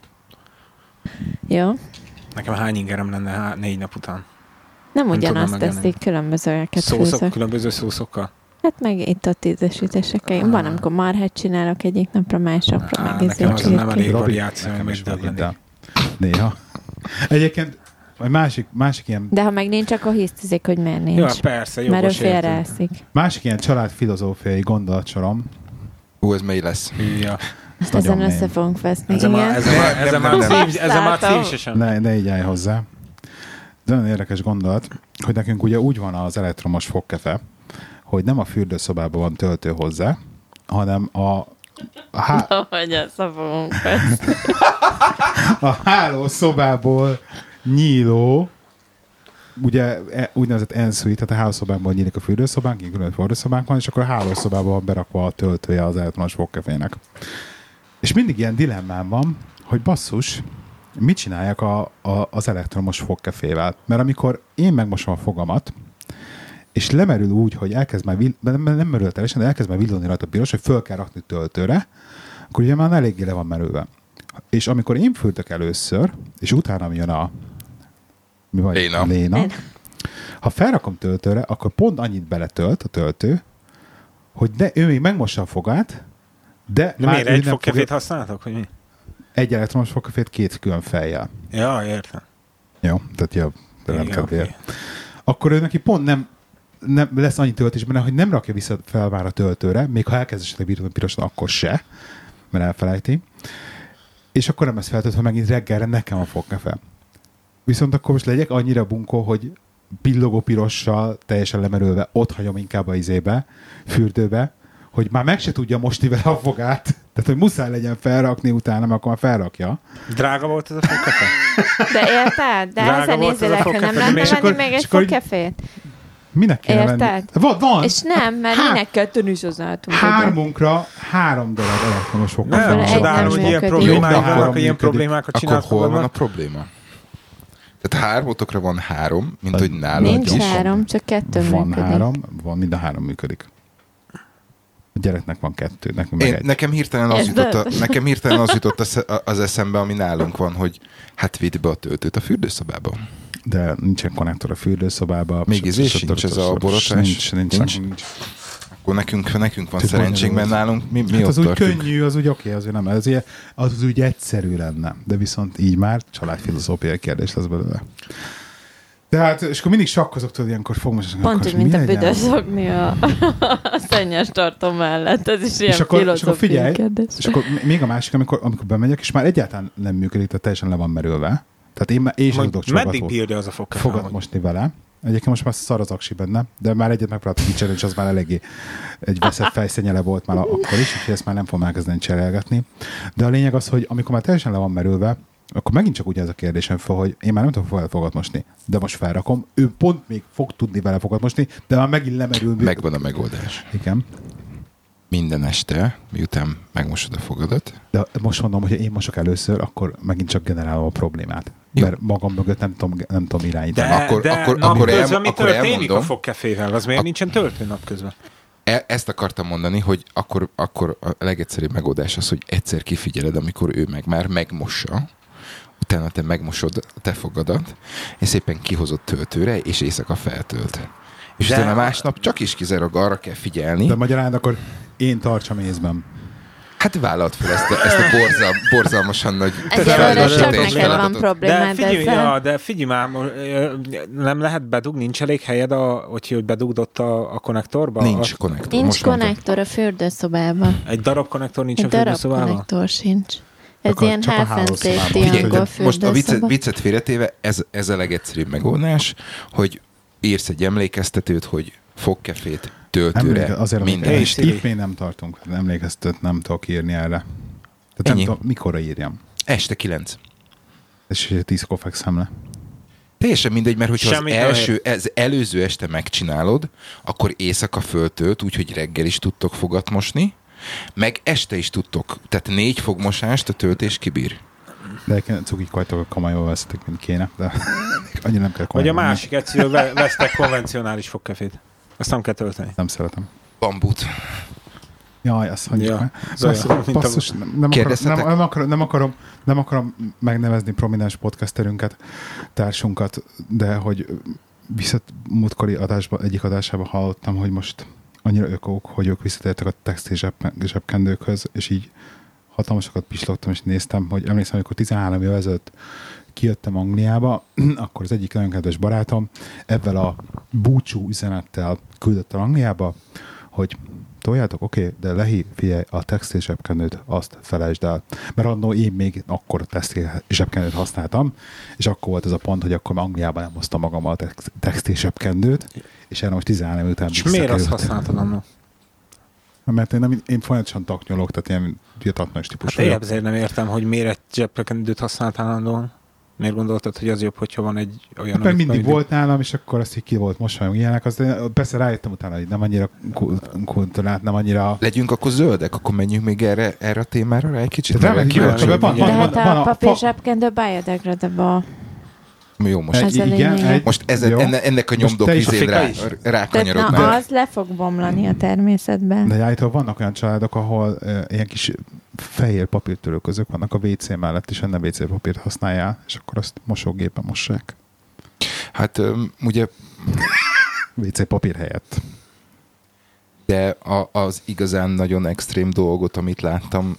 Jó. Nekem hány ingerem lenne 4 nap után? Nem ugyanazt teszik, különbözőeket főzök. Különböző szószokkal? Hát meg itt ott ízesítésekkel. Van, amikor marhát csinálok egyik napra, másnapra, meg nekem az nem elég variáció, meg néha. Egyébként másik ilyen... De ha meg nincs, akkor hisztizik, hogy miért nincs. Ja, persze, jogos. Mert ő félreeszik. Másik ilyen családfilozófiai gondolatsorom. Ez mély lesz. Ja. Ezen össze fogunk veszni. Ez már címsesen. Ne így állj hozzá. De nagyon érdekes gondolat, hogy nekünk ugye úgy van az elektromos fogkefe, hogy nem a fürdőszobában van töltő hozzá, hanem a hálószobából nyíló ugye úgynevezett en-suite, tehát a hálószobánkban nyílik a fürdőszobánk, így külön fürdőszobánk van, és akkor a hálószobában van berakva a töltője az elektromos fogkefének. És mindig ilyen dilemmám van, hogy basszus, mit csináljak az elektromos fogkefével? Mert amikor én megmosom a fogamat, és lemerül úgy, hogy elkezd már, nem merül teljesen, de elkezd már villogni rajta a piros, hogy föl kell rakni töltőre, akkor ugye már eléggé le van merülve. És amikor én fürdök először, és utána jön a Léna. Ha felrakom töltőre, akkor pont annyit beletölt a töltő, hogy ő még megmossa a fogát, de már miért egy fogkefét használtok, hogy mi? Egy elektromos fogkefét 2 külön fejjel. Ja, értem. Jó, tehát jó, de nem kell. Akkor ő neki pont nem lesz annyi töltés benne, hogy nem rakja vissza fel már a töltőre, még ha elkezd esetleg bírni pirosan, akkor se, mert elfelejti. És akkor nem lesz feltöltve megint reggelre nekem a fogkefe. Viszont akkor most legyek annyira bunkó, hogy pillogó pirossal, teljesen lemerülve, ott hagyom inkább a fürdőbe, hogy már meg se tudja mosni vele a fogát. Tehát, hogy muszáj legyen felrakni utána, mert akkor már felrakja. Drága volt ez a fogkefe? De érted? De ezzel nézzélek, hogy nem lehetne venni még egy fogkefét? Minek kéne venni? Van. És nem, mert minek kettőn is hozzálltunk. 3-unkra 3 darab elektromos fogkefé. Nem, csodálom, hogy ilyen problémákat csinálsz. Akkor hol van a probléma? Tehát 3 van 3, mint hogy nálad nincs is. 3, csak 2 van működik. 3, van mind a 3 működik. A gyereknek van 2, nekünk meg 1. Nekem hirtelen az jutott az eszembe, ami nálunk van, hogy hát vidd be a töltőt a fürdőszobába. De nincsen konnektor a fürdőszobába. Még sincs ez a borotás? Nincs. Akkor nekünk van szerencsénk, mert nálunk mi hát az ott úgy könnyű, az úgy oké, azért nem. Az úgy egyszerű lenne. De viszont így már családfilozófiai kérdés lesz belőle. Tehát, és akkor mindig sakkozok, tudod, ilyenkor fogom, és pont úgy, mint a büdös szokni a szennyes tartom mellett. Ez is ilyen filozófiai kérdés. És akkor még a másik, amikor bemegyek, és már egyáltalán nem működik, tehát teljesen le van merülve. Tehát én sem tudok meddig bírja az a fogat mosni vele. Egyébként most már szar az aksi benne, de már egyet megpróbáltam kicserélni, és az már eléggé egy veszett fejszennyele volt már akkor is, úgyhogy ezt már nem fogom elkezdeni cserélgetni. De a lényeg az, hogy amikor már teljesen le van merülve, akkor megint csak ugye ez a kérdésem fel, hogy én már nem tudok vele fogat mosni, de most felrakom, ő pont még fog tudni vele fogat mosni, de már megint lemerül. Megvan a megoldás. Igen. Minden este, miután megmosod a fogadat. De most mondom, hogy én mosok először, akkor megint csak generálom a problémát. Jó. Mert magam mögött nem tudom irányítani. Akkor közben mi történik a fogkefével? Az miért nincsen töltő napközben? Ezt akartam mondani, hogy akkor a legegyszerűbb megoldás az, hogy egyszer kifigyeled, amikor ő már megmossa, utána te megmosod a te fogadat, és szépen kihozod töltőre, és éjszaka feltölt. És utána másnap csak is kizárólag arra kell figyelni. De magyarán akkor én tartsam észben. Hát vállalt fel ezt a borzalmasan nagy... Egyelőre csak neked van problémád ezzel. De figyelj már, nem lehet bedugni, nincs elég helyed, hogy bedugd ott a konnektorba? Nincs konnektor. Nincs konnektor a fürdőszobában. Egy darab konnektor nincs a fürdőszobában? Egy darab konnektor sincs. Ez ilyen health and safety angol fürdőszoba. Most a viccet félretéve, ez a legegyszerűbb megoldás, hogy írsz egy emlékeztetőt, hogy fogkefét, töltőre, minden este. Itt még nem tartunk, emlékeztetőt nem tudok írni erre. Tehát nem tudom, mikorra írjam. Este 9. És 10-kor fekszem le. Teljesen mindegy, mert hogyha az előző este megcsinálod, akkor éjszaka föltölt, úgyhogy reggel is tudtok fogat mosni, meg este is tudtok. Tehát 4 fogmosást a töltés kibír. De cukik vagytok, a kamajól veszetek, mint kéne. De annyira nem kell vagy a másik egyszerű, vesztek konvencionális fogkefét. Azt nem kell tölteni. Nem szeretem. Bambut. Jaj, azt mondjuk. Basszus, nem akarom megnevezni prominens podcasterünket, társunkat, de hogy múltkori egyik adásában hallottam, hogy most annyira ökók, hogy ők visszatértek a textil zsebkendőkhöz, és így hatalmasokat pislogtam, és néztem, hogy emlékszem, amikor 13 évvel ezelőtt kijöttem Angliába, akkor az egyik nagyon kedves barátom ebben a búcsú üzenettel küldött el Angliába, hogy toljátok, oké, de Lehi, figyelj, a textil zsebkendőt azt felejtsd el. Mert annól én még akkor textil zsebkendőt használtam, és akkor volt ez a pont, hogy akkor Angliában nem hoztam magammal a textil zsebkendőt, és erre most 13 után és miért azt használtad annól? Mert én folyamatosan taknyolok, tehát ilyen taknyos típus vagyok. Hát azért nem értem, hogy miért egy zsebkendőt használtál annól. Miért gondoltad, hogy az jobb, hogyha van egy olyan... Mert mindig volt nálam, és akkor azt így ki volt most vagy ilyenek. Persze rájöttem utána, hogy nem annyira kultúrát, nem annyira... Legyünk akkor zöldek, akkor menjünk még erre a témára rá egy kicsit. De hát a papír zsebkendő biodegradable. Jó, most most ennek a nyomdok izén rákanyarodnál. Az le fog bomlani a természetben. De állítólag vannak olyan családok, ahol ilyen kis fehér papírtörőközök vannak a WC mellett, és nem WC papírt használják, és akkor azt mosógépen mossák. Hát ugye... WC papír helyett. De az igazán nagyon extrém dolgot, amit láttam,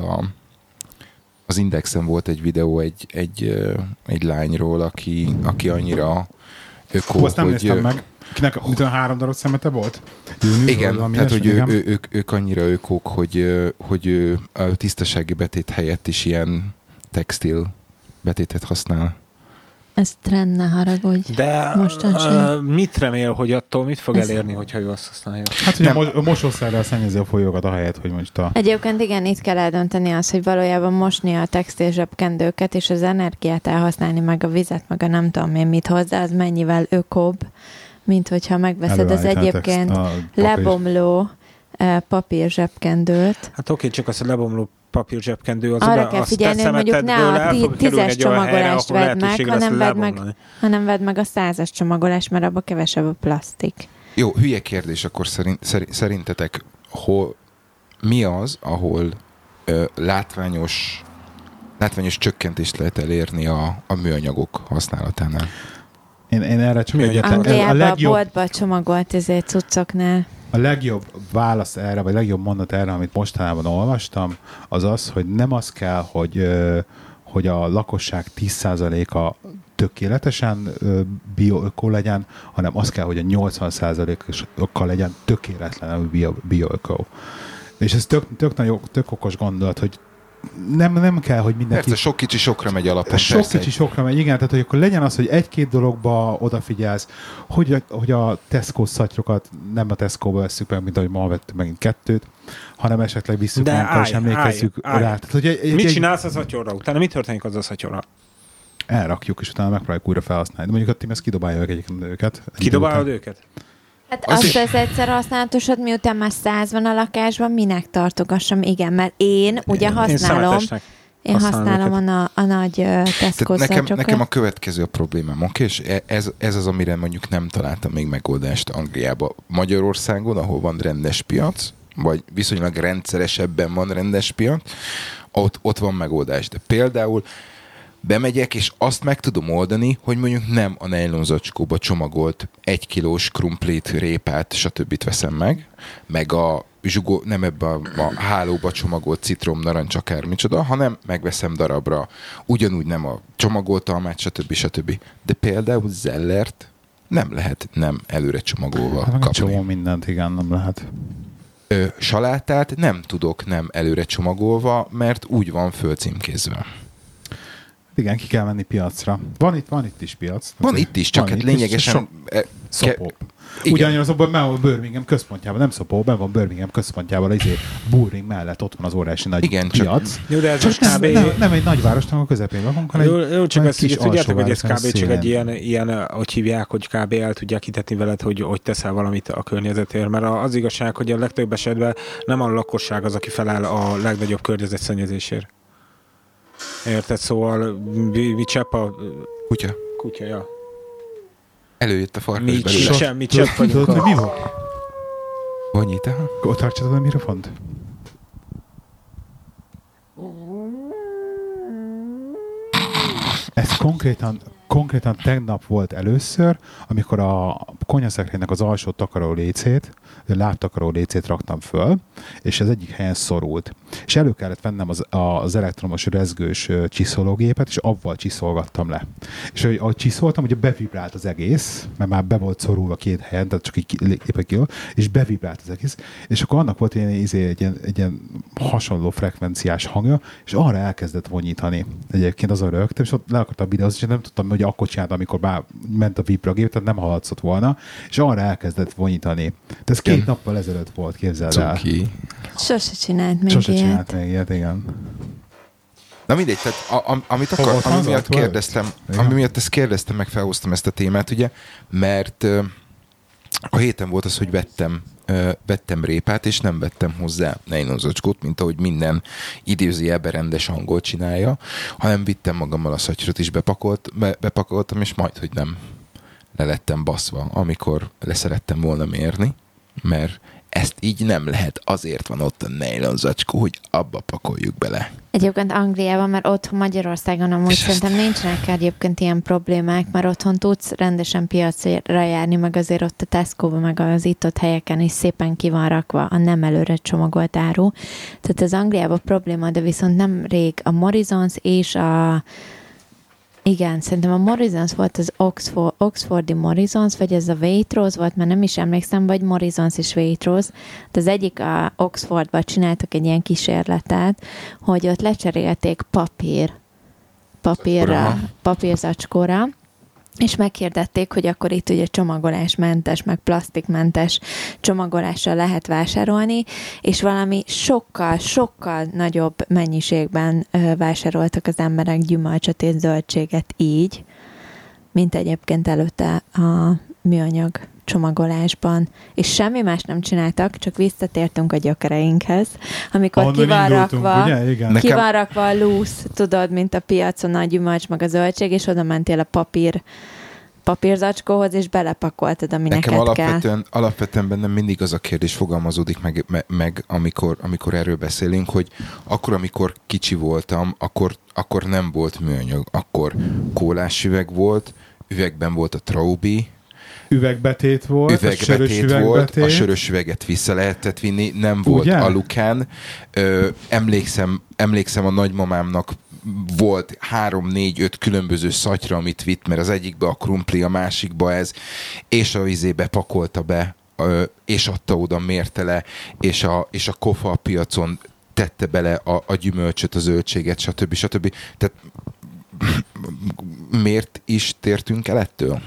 az Indexen volt egy videó egy lányról, aki annyira ökó, azt nem néztem meg. Kinek 3 darab szemete volt? Igen, tehát hogy ők annyira ökók, hogy a tisztasági betét helyett is ilyen textil betétet használ. Ez trend, ne haragudj. De mit remél, hogy attól mit fog elérni, hogyha ő azt használja? Hát, hogy a mosószerrel szennyezi a folyókat a helyet, hogy most Egyébként igen, itt kell eldönteni azt, hogy valójában mosni a textil zsebkendőket, és az energiát elhasználni, meg a vizet, meg a nem tudom én mit hozzá, az mennyivel ökóbb, mint hogyha megveszed az egyébként lebomló papír zsebkendőt. Hát oké, csak az a lebomló papír zsebkendő, az arra kell figyelni, hogy mondjuk ne a 10-es csomagolást vedd meg, hanem vedd meg a 100-as csomagolást, mert abban kevesebb a plastik. Jó, hülye kérdés akkor szerintetek, mi az, ahol látványos csökkentést lehet elérni a műanyagok használatánál? Én erre csak Angliában a boltba csomagolt cuccoknál. A legjobb válasz erre, vagy legjobb mondat erre, amit mostanában olvastam, az az, hogy nem az kell, hogy a lakosság 10%-a tökéletesen bioöko legyen, hanem az kell, hogy a 80%-okkal legyen tökéletlenül bioöko. És ez tök okos gondolat, hogy nem kell, hogy mindenki... Persze, sok kicsi sokra megy alapon. Sok kicsi sokra megy, igen, tehát hogy akkor legyen az, hogy 1-2 dologba odafigyelsz, hogy a Tesco szatyrokat nem a Tesco-ba vesszük meg, mint ahogy ma vettük megint 2, hanem esetleg visszük magunkkal, és emlékezzük rá. Tehát, hogy mit csinálsz a szatyorra? Utána mit történik az a szatyorra? Elrakjuk, és utána megpróbáljuk újra felhasználni. De mondjuk a Tim kidobálja egyébként őket. Kidobálod őket? Hát azt az egyszer használatosod, miután már 100 van a lakásban, minek tartogassam? Igen, mert én ugye használom. Én használom a nagy Tesco szatyokat. Nekem a következő a problémám, oké? És ez az, amire mondjuk nem találtam még megoldást Angliában. Magyarországon, ahol van rendes piac, vagy viszonylag rendszeresebben van rendes piac, ott van megoldás. De például bemegyek, és azt meg tudom oldani, hogy mondjuk nem a nejlonzacskóba csomagolt 1 kilós krumplit, répát, stb. Veszem meg a nem ebbe a hálóba csomagolt citrom, narancs, akármicsoda, hanem megveszem darabra, ugyanúgy nem a csomagolt almát, stb. De például Zellert nem lehet nem előre csomagolva kapni. Csomó mindent, igen, nem lehet. Salátát nem tudok nem előre csomagolva, mert úgy van fölcímkézve. Igen, ki kell menni piacra. Van itt is piac. Van itt is, csak hát lényegesen... Szopó. Ugyanazokban van Birmingham központjában, nem Szopó, ben van Birmingham központjában, Bullring mellett ott van az óriási nagy piac. Jó, de ez csak nem egy nagyváros, hanem a közepén lakunk, hanem jó, csak ezt tudjátok, hogy ez kb. Csak egy ilyen, hogy hívják, hogy kb. El tudják hitetni veled, hogy teszel valamit a környezetért, mert az igazság, hogy a legtöbb esetben nem a lakosság az, aki felel a legnagyobb környezetszennyezésért. Érted? Szóval mi csepp a... Kutya, ja. Előjött a farkas belőle. Mi csepp vagyunk mi volt? Vanyi, te? Ott tartsad a mikrofont. Ez konkrétan tegnap volt először, amikor a konyhaszekrénynek az alsó takaró lécét, lábtakaró lécét raktam föl, és az egyik helyen szorult. És elő kellett vennem az elektromos rezgős csiszológépet, és avval csiszolgattam le. És ahogy csiszoltam, ugye bevibrált az egész, mert már be volt szorulva 2 helyen, tehát csak így éppen ki, és bevibrált az egész, és akkor annak volt egy ilyen hasonló frekvenciás hangja, és arra elkezdett vonyítani. Egyébként azon rögtem, és ott le akartam videózni, és nem tudtam, hogy akkor csináltam, amikor már ment a vibragép, tehát nem hallatszott volna, és arra elkezdett vonyítani. De ez 2 nappal ezelőtt volt, képzeld el. Sose csinált még ilyet, igen. Na mindegy, tehát ami miatt ezt kérdeztem, meg felhoztam ezt a témát, ugye, mert a héten volt az, hogy vettem répát, és nem vettem hozzá nejlonzacskót, mint ahogy minden idézőjelben rendes angol csinálja, hanem vittem magammal a szatyrot is, bepakoltam, és majd, hogy nem lelettem baszva, amikor leszerettem volna mérni, mert ezt így nem lehet, azért van ott a nejlonzacskó, hogy abba pakoljuk bele. Egyébként Angliában, mert otthon Magyarországon amúgy szerintem nincsenek egyébként ilyen problémák, mert otthon tudsz rendesen piacra járni, meg azért ott a Tesco-ban, meg az itt-ott helyeken is szépen ki van rakva a nem előre csomagolt áru. Tehát az Angliában probléma, de viszont nem rég a Morrisons és igen, szerintem a Morrisons volt az Oxfordi Morrisons, vagy ez a Waitrose volt, mert nem is emlékszem, vagy Morrisons és Waitrose. De az egyik a Oxfordban csináltak egy ilyen kísérletet, hogy ott lecserélték papírzacskóra, és meghirdették, hogy akkor itt ugye csomagolásmentes, meg plastikmentes csomagolással lehet vásárolni, és valami sokkal nagyobb mennyiségben vásároltak az emberek gyümölcsöt és zöldséget így, mint egyébként előtte a műanyag csomagolásban. És semmi más nem csináltak, csak visszatértünk a gyökereinkhez, amikor ki van rakva a lúsz, tudod, mint a piacon a gyümölcs, meg a zöldség, és oda mentél a papírzacskóhoz, és belepakoltad, ami neked kell. Alapvetően bennem mindig az a kérdés fogalmazódik meg amikor erről beszélünk, hogy akkor, amikor kicsi voltam, akkor nem volt műanyag, akkor kólás üveg volt, üvegben volt a Traubi, üvegbetét volt, a sörös üveget vissza lehetett vinni, nem volt alukán. Emlékszem a nagymamámnak volt 3-4-5 különböző szatyra, amit vitt, mert az egyikbe a krumpli, a másikba ez, és a vizébe pakolta be, és adta oda, mérte le, és a kofa a piacon tette bele a gyümölcsöt, a zöldséget, stb. Tehát miért is tértünk el ettől?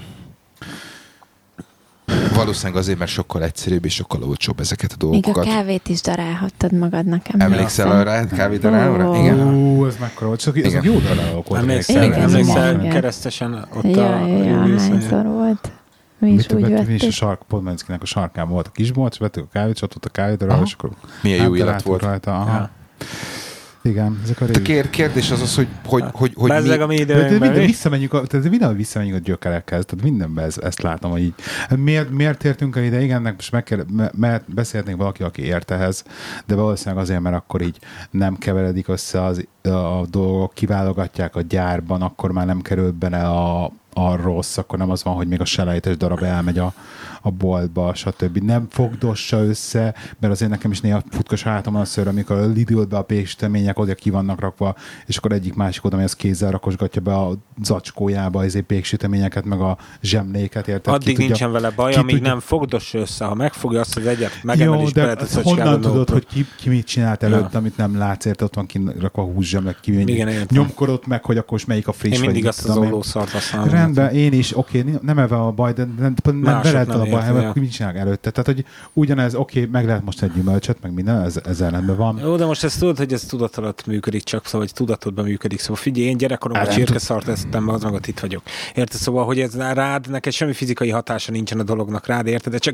Valószínűleg azért, mert sokkal egyszerűbb és sokkal olcsóbb ezeket a dolgokat. Még a kávét is darálhattad magadnak. Emlékszel arra kávédarálóra? Igen. Ez mekkora volt, csak ezek jó darálók volt. Emlékszel keresztesen ott hányszor volt. Mi is úgy vettük. Mi is a Podmanickinek a sarkán volt a kisbolc, vettük a kávét, ott a kávédaráló, és akkor milyen jó élet volt. Rajta. Igen, ezek a kérdés az, hogy bezzeg a mi időnkben. De mindenhol visszamegyünk a gyökerekhez, tehát mindenben ezt látom, hogy így. Miért értünk el ide? Igen, most mert beszélhetnénk valaki, aki ért ehhez, de valószínűleg azért, mert akkor így nem keveredik össze a dolgok, kiválogatják a gyárban, akkor már nem kerül bele a rossz, akkor nem az van, hogy még a selejtes darab elmegy a boltba, stb. Nem fogdossa össze, mert azért nekem is néha futkos hátamon a szőr, amikor a Lidl-be a péksütemények oda ki vannak rakva, és akkor egyik másik oda, ami az kézzel rakosgatja be a zacskójába az péksüteményeket, meg a zsemléket, érted? Addig nincsen vele baj, amíg nem fogdossa össze. Ha megfogja azt az egyet, megemel is bele, honnan tudod, hogy ki mit csinált előtte, amit nem látsz, érted? Ott van kirakva a húszsemlek, nyomkodott meg, hogy akkor melyik a friss. Én mindig azt az ollószart használom. Rendben, én is, nem ebben a baj, de nem veled a baj, hogy mit csinálják előtte. Tehát, hogy ugyanez, meg lehet most egy gyümölcsöt, meg minden, ez rendben van. Jó, de most ezt tudod, hogy ez tudat alatt működik, csak szóval, hogy tudatodban működik. Szóval figyelj, én gyerekkoromban a csirkeszart esztem, meg az magat itt vagyok. Érted? Szóval, hogy ez rád, neked semmi fizikai hatása nincsen a dolognak rád, érted? De csak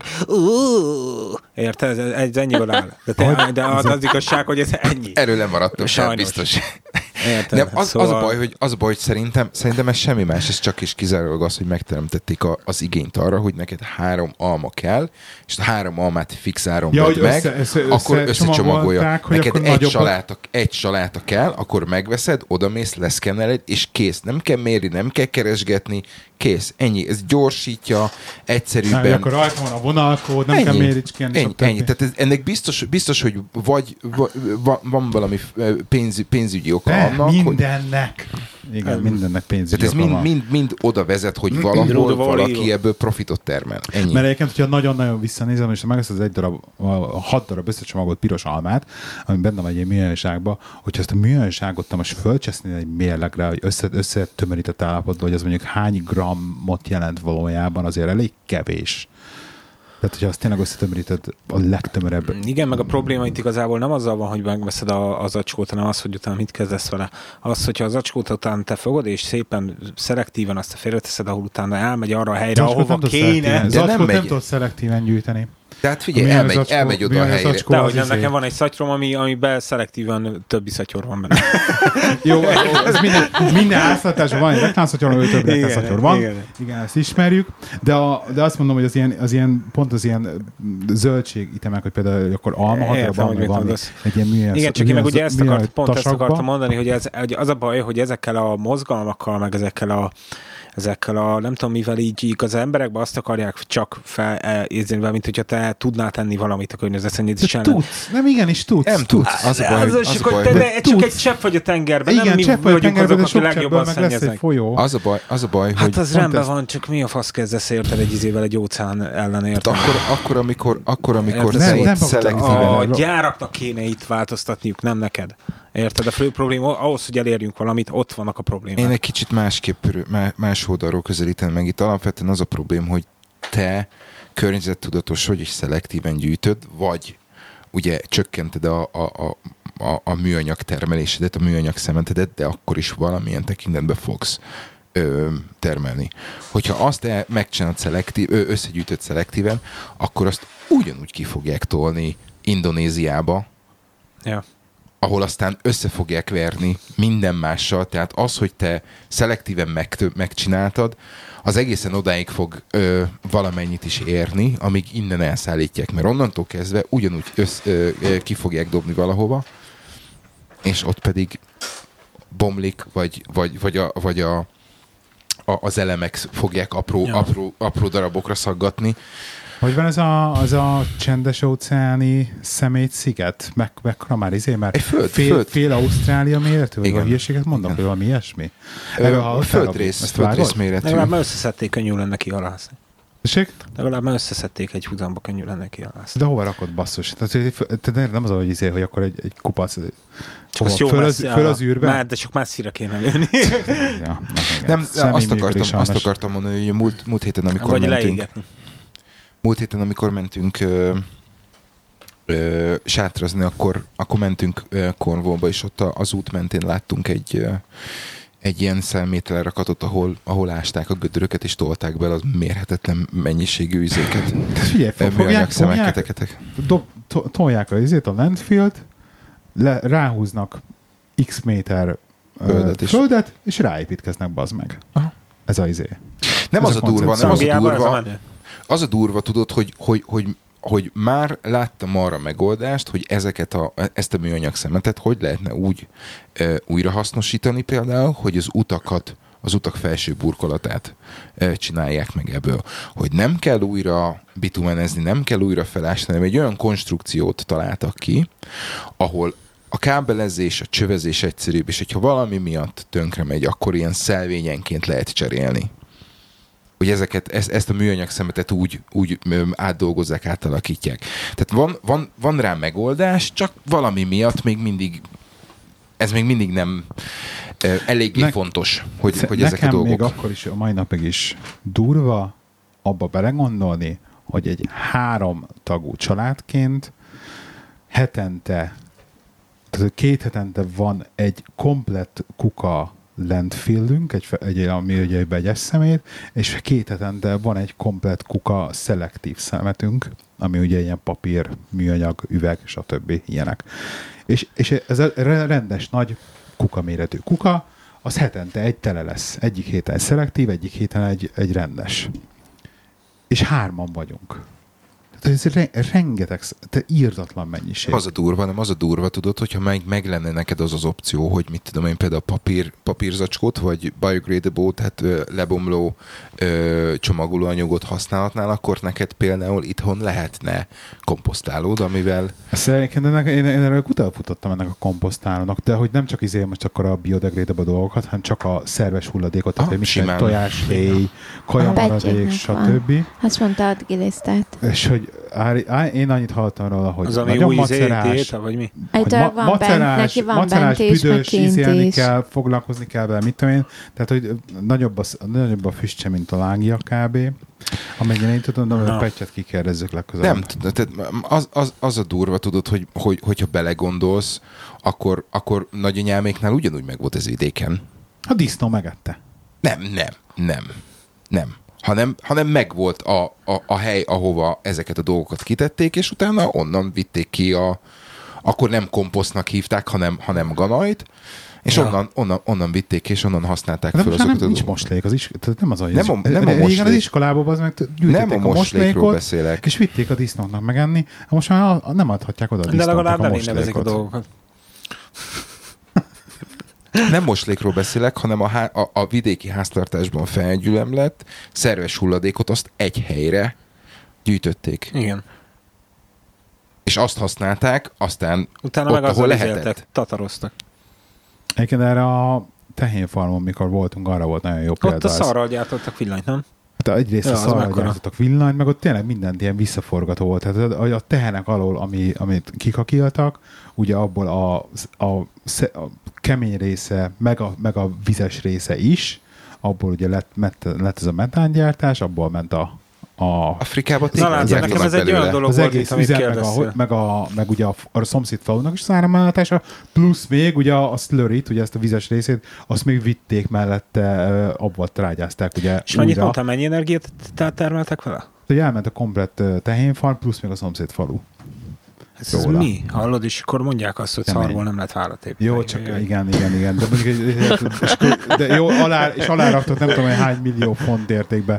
érted? Ez ennyiből áll. De az igazság, hogy ez ennyi. Erről nem maradtam sem, biztos. Érted? Nem, az a baj, hogy szerintem ez semmi más, ez csak is kizárólag az, hogy megteremtették az igényt arra, hogy neked 3 alma kell, és a 3 almát fix áron vedd meg, akkor összecsomagolja. Neked egy saláta kell, akkor megveszed, odamész, leszkenneled, és kész. Nem kell mérni, nem kell keresgetni, kész. Ennyi. Ez gyorsítja, egyszerűbben. Akkor rajta van a vonalkód, nem kell méricskélni. Ennyi. Tehát ennek biztos, hogy vagy van valami pénzügyi oka annak, mindennek. Igen, mindennek pénzügyi oka van. Tehát ez mind oda vezet, hogy valahol valaki ebből profitot termel. Ennyi. Mert egyébként, hogyha nagyon-nagyon visszanézem, és megveszed egy darab, 6 darab összecsomagolt piros almát, ami benne van egy műanyagságban, hogyha ezt a műanyagságot most fölcsesznél egy mérlegre, hogy összetömörített állapotban, hogy az mondjuk hány grammot jelent valójában, azért elég kevés. Tehát, hogyha azt tényleg összetömöríted a legtömörebb. Igen, meg a probléma itt igazából nem azzal van, hogy megveszed a zacskót, hanem az, hogy utána mit kezdesz vele. Az, hogyha a zacskót utána te fogod, és szépen szelektíven azt félreteszed, ahol utána elmegy arra a helyre, ahova kéne. De nem tudod szelektíven gyűjteni. Tehát figyelj, elmegy oda a helyre. Dehogy nem, nekem van egy szatyrom, amiben szelektíven többi szatyor van benne. Jó, ez minden háztartásban van egy reklámszatyor, vagy több reklámszatyor van. Igen, ezt ismerjük. De azt mondom, hogy az ilyen pont az ilyen zöldségitemek, hogy például akkor alma hatalban van egy ilyen műanyag. Igen, csak én meg ugye ezt akartam mondani, hogy az a baj, hogy ezekkel a mozgalmakkal, meg ezekkel a nem tudom mivel így az emberekbe azt akarják csak felérzni, mint hogyha te tudnál tenni valamit a környezetszennyezés ellen. Tudsz, nem igenis tudsz. Nem tudsz, az a baj. De csak egy csepp vagy a tengerben, igen, nem mi vagyunk azok, akik legjobban szennyeznek. Az a baj, hát hogy... Hát az rendben van, csak mi a fasz kezdesz érted egy óceán ellen érted? Akkor, amikor te szelektíven... A gyáraknak kéne itt változtatniuk, nem neked. Érted? A fő probléma ahhoz, hogy elérjünk valamit, ott vannak a problémák. Én egy kicsit más oldalról közelítem meg. Itt alapvetően az a problém, hogy te környezettudatos vagy, és szelektíven gyűjtöd, vagy ugye csökkented a műanyag termelésedet, a műanyag szemetedet, de akkor is valamilyen tekintetben fogsz termelni. Hogyha azt megcsinálod összegyűjtöd szelektíven, akkor azt ugyanúgy ki fogják tolni Indonéziába, ja, ahol aztán össze fogják verni minden mással, tehát az, hogy te szelektíven megcsináltad, az egészen odáig fog valamennyit is érni, amíg innen elszállítják, mert onnantól kezdve ugyanúgy ki fogják dobni valahova, és ott pedig bomlik, vagy az elemek fogják apró darabokra szaggatni. Hogy van ez a csendes óceáni szemétsziget? Mekkora már mert fél Ausztrália méretű? Vagy a hülyeséget mondok, hogy valami ilyesmi? Földrész méretű. Legalább már összeszedték, könnyű lenne kihalászni. Tessék? Legalább már összeszedték egy húzamba, könnyű lenne kihalászni. De hova rakod, basszus? Tehát nem az, hogy akkor egy kupac csak föl az űrbe? Már, de csak messzire kéne lőni. Ja, nem, azt akartam mondani, hogy múlt héten, amikor vagy mentünk... leégetni. Múlt héten, amikor mentünk sátrazni, akkor mentünk Cornwallba, és ott az út mentén láttunk egy ilyen szelmételrakatot, ahol ásták a gödröket, és tolták bele az mérhetetlen mennyiségű üzéket. Figyelj, tolják a landfillt, ráhúznak x méter földet, és ráépítkeznek, bazd meg. Aha. Ez a izé. Nem az a durva, nem az a durva. Az a durva, tudod, hogy már láttam arra megoldást, hogy ezt a műanyag szemetet hogy lehetne úgy újra hasznosítani például, hogy az utak felső burkolatát csinálják meg ebből. Hogy nem kell újra bitumenezni, nem kell újra felásni, hanem egy olyan konstrukciót találtak ki, ahol a kábelezés, a csövezés egyszerűbb, és hogyha valami miatt tönkre megy, akkor ilyen szelvényenként lehet cserélni. Hogy ezt a műanyag szemetet úgy átdolgozzák, átalakítják. Tehát van rá megoldás, csak valami miatt ez még mindig nem eléggé fontos, hogy ezek a dolgok. Nekem még akkor is, a mai napig is durva abba belegondolni, hogy egy 3 tagú családként hetente, tehát 2 hetente van egy komplett kuka landfillünk, ami ugye egy vegyes szemét, és 2 hetente van egy komplett kuka szelektív szemetünk, ami ugye ilyen papír, műanyag, üveg, stb. Ilyenek. És ez a rendes nagy kuka méretű kuka, az hetente egy tele lesz. Egyik héten egy szelektív, egyik héten egy rendes. És 3-an vagyunk. Ez rengeteg, írtatlan mennyiség. Az a durva, tudod, hogyha meg lenne neked az opció, hogy mit tudom én, például papírzacskót, vagy biodegradable, tehát lebomló csomagolóanyagot használhatnál, akkor neked például itthon lehetne komposztálód, amivel... Szerintem én erről futottam ennek a komposztálónak, de hogy nem csak most akkor a biodegradable dolgokat, hanem csak a szerves hulladékot, tehát tojás, héj, kajamaradék, stb. Azt mondta a gilisztát. És hogy én annyit hallottam róla, hogy az, nagyon új macerás, vagy mi? Macerás, büdös, izélni kell, foglalkozni kell vele, mit tudom én. Tehát, hogy nagyobb a füstse, mint a lángja kb. Amennyire én tudom, de a Pettyet kikérdezzük legközelebb. Nem, tehát az a durva, tudod, hogyha belegondolsz, akkor nagyanyáméknál ugyanúgy meg volt ez vidéken. A disznó megette. Nem. Hanem megvolt a hely, ahova ezeket a dolgokat kitették, és utána onnan vitték ki akkor nem komposztnak hívták, hanem ganajt, és onnan vitték, és onnan használták fel azokat a dolgokat. Nincs moslék, tehát nem az olyan. Nem a moslék. Igen, az iskolában az meg gyűjtötték a moslékot, beszélek. És vitték a disznóknak megenni. Most már nem adhatják oda a disznóknak a moslékot. De legalább nevezik a dolgokat. Nem moslékról beszélek, hanem a vidéki háztartásban felgyülemlett szerves hulladékot azt egy helyre gyűjtötték. Igen. És azt használták, aztán utána ott, meg ahol lehetett. Tataroztak. Egyébként erre a tehénfarmon, mikor voltunk, arra volt nagyon jó példa. Ott a szarral gyártottak villanyt, nem? Hát egyrészt a szarral gyártottak villanyt, meg ott tényleg mindent ilyen visszaforgató volt. Tehát a tehenek alól, amit kikakiltak, ugye abból a kemény része, meg a vizes része is, abból ugye lett ez a metángyártás, abból ment Afrikában nekem ez egy olyan dolog az volt, egész amit vizet, meg ugye a szomszéd falunak is áramlátása, plusz még ugye a slurryt, ugye ezt a vizes részét, azt még vitték mellette, abból trágyázták ugye. És mennyit mondtál, mennyi energiát termeltek vele? Hogy elment a komplett tehénfarm, plusz még a szomszéd falu. Ez mi? Hallod, és akkor mondják azt, hogy szarból nem lehet várat építeni. Jó, csak igen. De mondjuk, és aláraktott nem tudom, hogy hány millió font értékbe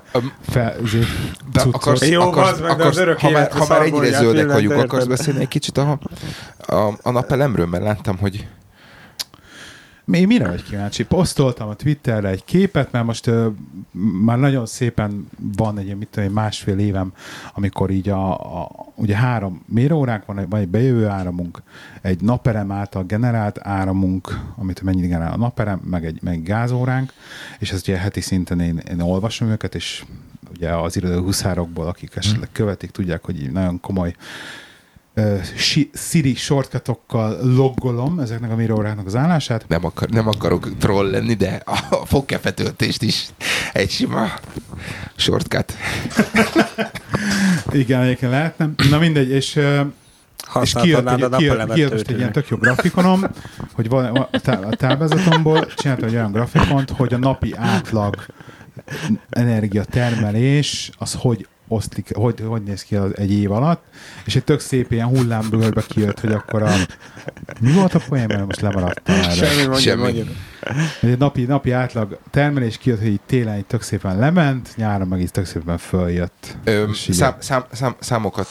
Jó, az örök élet, ha már ennyire zöldek vagyunk, akarsz beszélni egy kicsit a napelemről, mert láttam, hogy Mire vagy kíváncsi? Posztoltam a Twitterre egy képet, mert most már nagyon szépen van egy másfél évem, amikor így ugye 3 mérőóránk van egy bejövő áramunk, egy naperem által generált áramunk, amit mennyit generál a naperem, meg egy gázóránk, és ez ugye heti szinten én olvasom őket, és ugye az irodai huszárokból, akik esetleg követik, tudják, hogy így nagyon komoly Siri shortcutokkal loggolom ezeknek a mérőóráknak az állását. Nem akarok troll lenni, de a fogkefetöltést is egy sima shortcut. Igen, egyébként lehetne. Na mindegy, és kijött most egy ilyen tök jó grafikonom, hogy a táblázatomból csináltam egy olyan grafikont, hogy a napi átlag energiatermelés az hogy oszlik, hogy néz ki egy év alatt, és egy tök szép ilyen hullámbőrbe kijött, hogy akkor mi volt a poén, mert most lemaradtam erre. Semmi. Egy napi átlag termelés kijött, hogy így télen így tök szépen lement, nyáron meg így tök szépen följött. Számokat.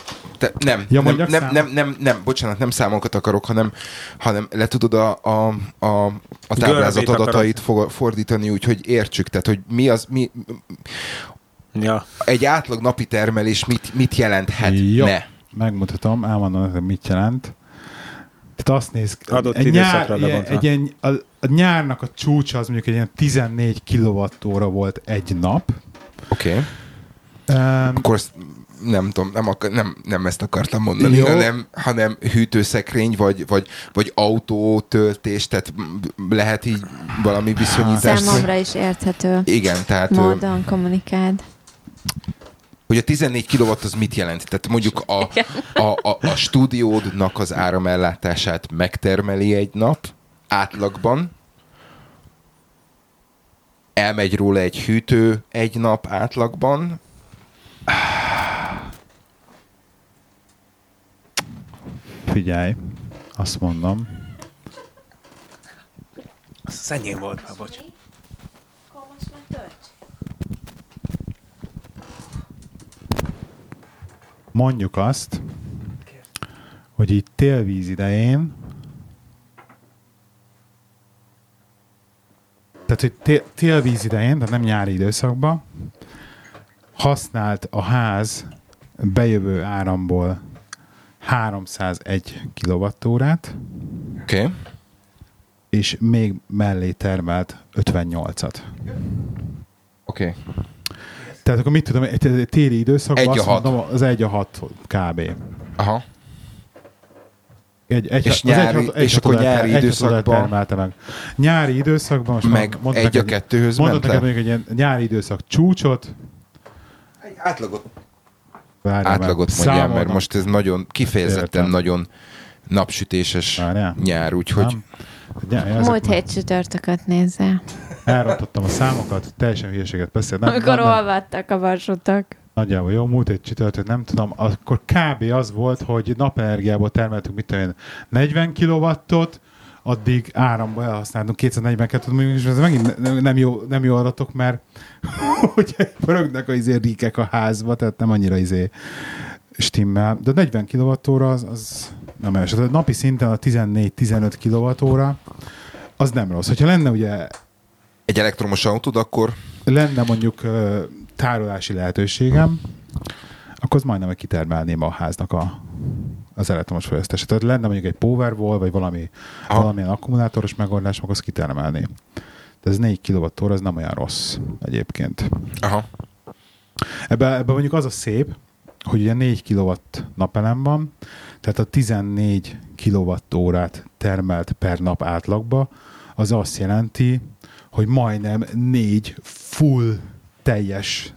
Bocsánat, nem számokat akarok, hanem le tudod a táblázat adatait fordítani, úgyhogy értsük, tehát, hogy mi ja. Egy átlag napi termelés mit jelenthetne? Jó, megmutatom, elmondom, hogy mit jelent. Tehát azt néz ki, a nyárnak a csúcsa az mondjuk egy ilyen 14 kWh volt egy nap. Oké. Akkor ezt nem tudom, nem ezt akartam mondani, hanem hűtőszekrény, vagy autótöltés, tehát lehet így valami viszonyítás. Számomra is érthető. Igen, tehát módon kommunikáld. Hogy a 14 kW az mit jelent? Tehát mondjuk a stúdiódnak az áramellátását megtermeli egy nap átlagban, elmegy róla egy hűtő egy nap átlagban. Figyelj, azt mondom. Az enyém volt már, bocs. Mondjuk azt, hogy itt télvíz idején, tehát, hogy télvíz idején, tehát nem nyári időszakban, használt a ház bejövő áramból 301 kWh-t, okay. És még mellé termelt 58-at. Oké. Tehát akkor mit tudom, egy téli időszakban azt mondom, az 1/6 kb. Aha. És akkor nyári időszakban meg. Nyári időszakban most meg 1/2-höz mondok neked mondjuk egy ilyen nyári időszak csúcsot. Egy átlagot mondjál, mert most ez nagyon kifejezetten nagyon napsütéses nyár, úgyhogy... Múlt hét csütörtököt nézzel. Elrontottam a számokat, teljesen hülyeséget beszélt. Amikor olvadtak a vasutak. Nagyjából jó, múlt egy csütörtök, nem tudom, akkor kb. Az volt, hogy napenergiából termeltünk, mit tudom én, 40 kilowattot, addig áramból elhasználtunk 242-t, és ez megint nem jó adatok, mert hogy pörögnek az ríkek a házba, tehát nem annyira stimmel. De 40 kilowattóra az nem első. Tehát napi szinten a 14-15 kilowattóra az nem rossz. Hogyha lenne ugye egy elektromos autód, akkor lenne mondjuk tárolási lehetőségem, akkor az majdnem kitermelném a háznak az elektromos fogyasztását. Tehát lenne mondjuk egy Powerwall, vagy valamilyen akkumulátoros megoldás, akkor azt kitermelné. De ez 4 kWh, ez nem olyan rossz egyébként. Aha. Ebben mondjuk az a szép, hogy ugye 4 kW napelem van, tehát a 14 kWh termelt per nap átlagba, az azt jelenti, hogy majdnem 4 full teljes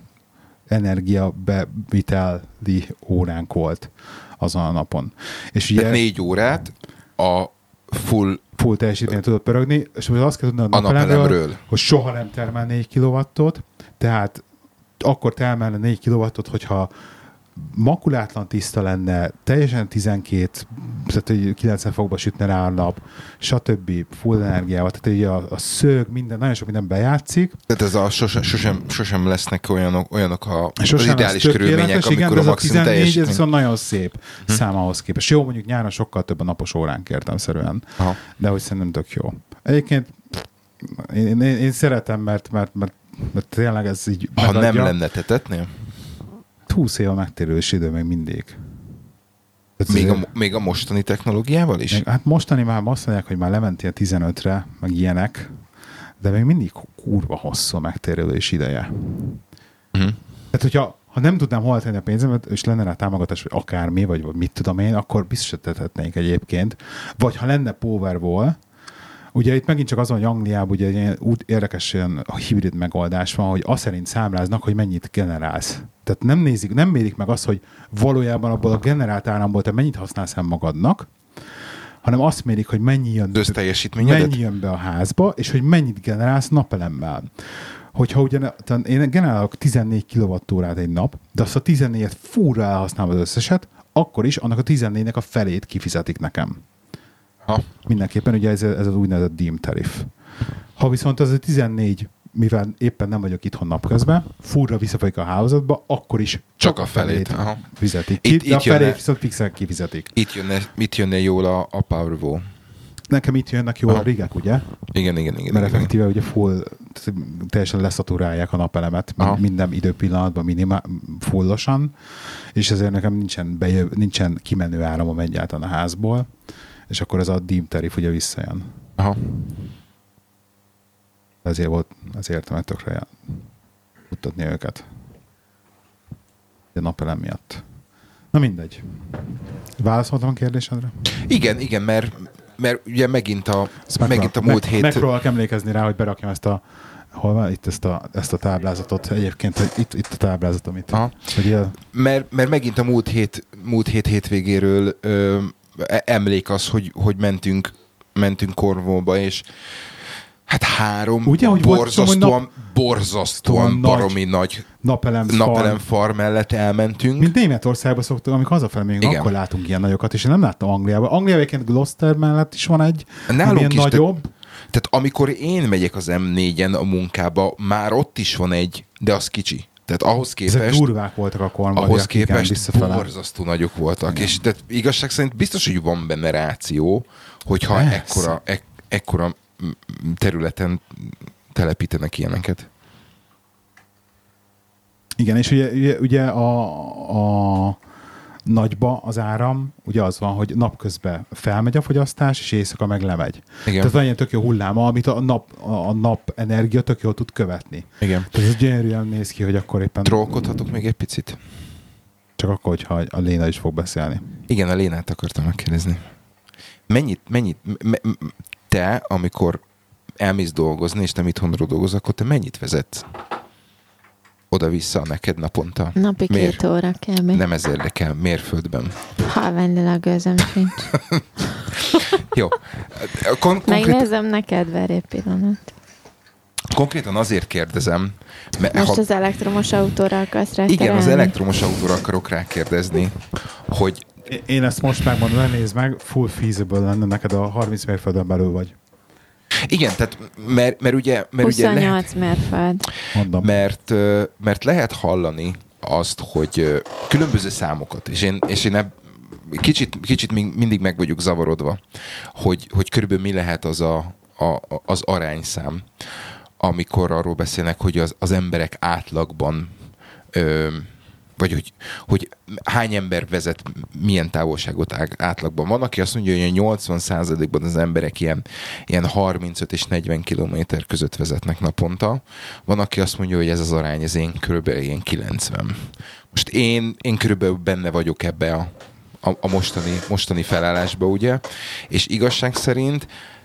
energiabeviteli óránk volt azon a napon. És ugye 4 órát a full teljesítményt tudott pörögni, és most azt kell tudni a napelemről, hogy soha nem termel 4 kW-ot, tehát akkor termelne 4 kW-ot, hogyha makulátlan tiszta lenne, teljesen 12, tehát 90 fokba sütne rá a nap, stb. Full energiával, tehát a szög, minden, nagyon sok minden bejátszik. Tehát ez sosem lesznek olyanok az ideális körülmények, amikor a maximum teljesítmény. Ez viszont nagyon szép szám ahhoz képest. Jó, mondjuk nyáron sokkal több a napos óránk értelemszerűen, de hogy szerintem tök jó. Egyébként én szeretem, mert tényleg ez így ha megadja. Nem lenne, te tetnél? 20 év a megtérülés idő még mindig. Még a mostani technológiával is? Hát mostani már azt mondják, hogy már lementél 15-re, meg ilyenek, de még mindig kurva hosszú a megtérülés ideje. Tehát, hogyha nem tudnám hol tenni a pénzemet, és lenne rá támogatás, vagy akármi, vagy mit tudom én, akkor biztos tethetnék egyébként. Vagy ha lenne Powerwall, ugye itt megint csak az van, hogy Angliában ugye egy érdekes ilyen hibrid megoldás van, hogy azt szerint számláznak, hogy mennyit generálsz. Tehát nem mérik meg azt, hogy valójában abból a generált áramból te mennyit használsz el magadnak, hanem azt mérik, hogy mennyi jön be a házba, és hogy mennyit generálsz napelemmel. Hogyha én generálok 14 kWh egy nap, de azt a 14-et fúrra elhasználom az összeset, akkor is annak a 14-nek a felét kifizetik nekem. Mindenképpen ugye ez az úgynevezett DIM tarif. Ha viszont az a 14, mivel éppen nem vagyok itthon napközben, furra visszafolyik a hálózatba, akkor is csak a felét fizetik. De a felét viszont fixen kifizetik. Itt jönne jól a Powerwall. Nekem itt jönnek jól a rigek, ugye? Igen. Mert effektíve ugye teljesen leszaturálják a napelemet minden időpillanatban fullosan, és ezért nekem nincsen kimenő áramom egyáltalán a házból, és akkor ez a DIM tarif ugye visszajön. Aha. Ezért meg tökre futtatni őket. A napelem miatt. Na mindegy. Válaszoltam a kérdésedre? Igen, mert ugye megint a múlt hét... Megpróbálok emlékezni rá, hogy berakjam hol van itt ezt a táblázatot. Egyébként itt a táblázat, amit... Mert megint a múlt hét hétvégéről emlék az, hogy mentünk Cornwallba, és hát 3 ugye, borzasztóan baromi nagy napelemfar mellett elmentünk. Mint Németországban szoktuk, amikor hazafele még akkor látunk ilyen nagyokat, és én nem láttam Angliában. Angliában egyébként Gloucester mellett is van egy ilyen nagyobb. Tehát amikor én megyek az M4-en a munkába, már ott is van egy, de az kicsi. Tehát ahhoz képest... Ezek durvák voltak a kormányok. Ahhoz képest borzasztó nagyok voltak. Igen. És tehát igazság szerint biztos, hogy van benne ráció, hogyha ekkora területen telepítenek ilyeneket. Igen, és ugye nagyba az áram, ugye az van, hogy napközben felmegy a fogyasztás, és éjszaka meg lemegy. Igen. Tehát van ilyen tök jó hulláma, amit a nap energia tök jól tud követni. Igen. Tehát ez gyönyörűen néz ki, hogy akkor éppen... Trollkodhatok még egy picit? Csak akkor, hogyha a Léna is fog beszélni. Igen, a Lénát akartam megkérdezni. Te, amikor elmész dolgozni, és nem itthonról dolgozol, akkor te mennyit vezetsz oda-vissza neked naponta? Napi 2 óra kb. Nem ez érdekel, mérföldben. Halványilag gőzöm sincs. Jó. Megnézem neked, várj egy pillanat. Konkrétan azért kérdezem, mert most az elektromos autóra akarsz rá igen, terelni? az elektromos autóra akarok rákérdezni, hogy... Én ezt most megmondom, nézd meg, full feasible lenne, neked a 30 mérföldön belül vagy. Igen, tehát mert ugye... 28 mérföld. Mondom. Mert lehet hallani azt, hogy különböző számokat, és én kicsit mindig meg vagyok zavarodva, hogy körülbelül mi lehet az arányszám, amikor arról beszélnek, hogy az emberek átlagban, vagy hogy hány ember vezet milyen távolságot átlagban. Van, aki azt mondja, hogy 80%-ban az emberek ilyen 35 és 40 kilométer között vezetnek naponta. Van, aki azt mondja, hogy ez az arány, ez körülbelül ilyen 90. Most én körülbelül benne vagyok ebbe a mostani felállásba, ugye, és igazság szerint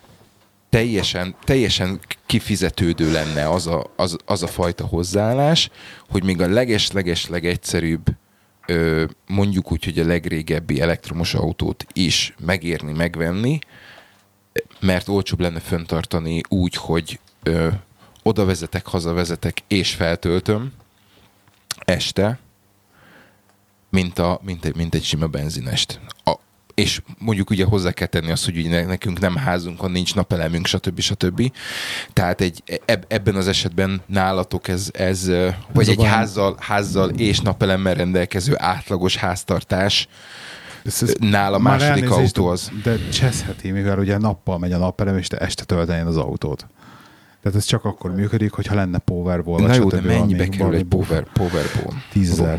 teljesen kifizetődő lenne az a fajta hozzáállás, hogy még a legegyszerűbb, mondjuk úgy, hogy a legrégebbi elektromos autót is megérni, megvenni, mert olcsóbb lenne fenntartani úgy, hogy oda vezetek, haza vezetek és feltöltöm este, mint egy sima benzinest. És mondjuk ugye hozzá kell tenni azt, hogy ugye nekünk nem házunk van, nincs napelemünk, stb. Tehát ebben az esetben nálatok ez vagy egy házzal és napelemmel rendelkező átlagos háztartás nála második autó az. De cseszheti, mivel ugye nappal megy a napelem, és te este töltenél az autót. Tehát ez csak akkor működik, hogyha lenne Powerwall. Na jó, de mennyibe kerül egy Powerwall? 10 000.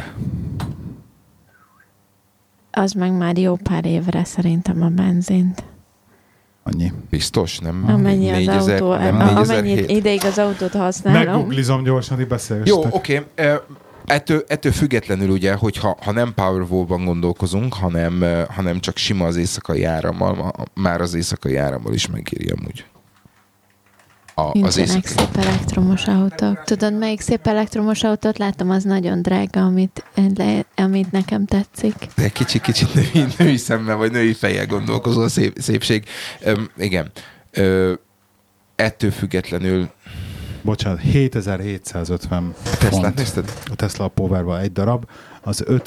Az meg már jó pár évre szerintem a benzint. Annyi. Biztos? Nem? Amennyi az autó, amennyit ideig az autót használom. Meggooglizom gyorsan, hogy beszélgestek. Jó, oké. Ettől függetlenül ugye, hogyha nem Powerwall-ban gondolkozunk, hanem csak sima az éjszakai árammal, már az éjszakai árammal is megéri amúgy. Nincsenek szép elektromos autók. Tudod, melyik szép elektromos autót láttam, az nagyon drága, amit nekem tetszik. De kicsit női szemmel, vagy női fejjel gondolkozó szépség. Igen. Ettől függetlenül... Bocsánat, 7750 Teslát nézted? A Tesla Powerwall egy darab. Az 5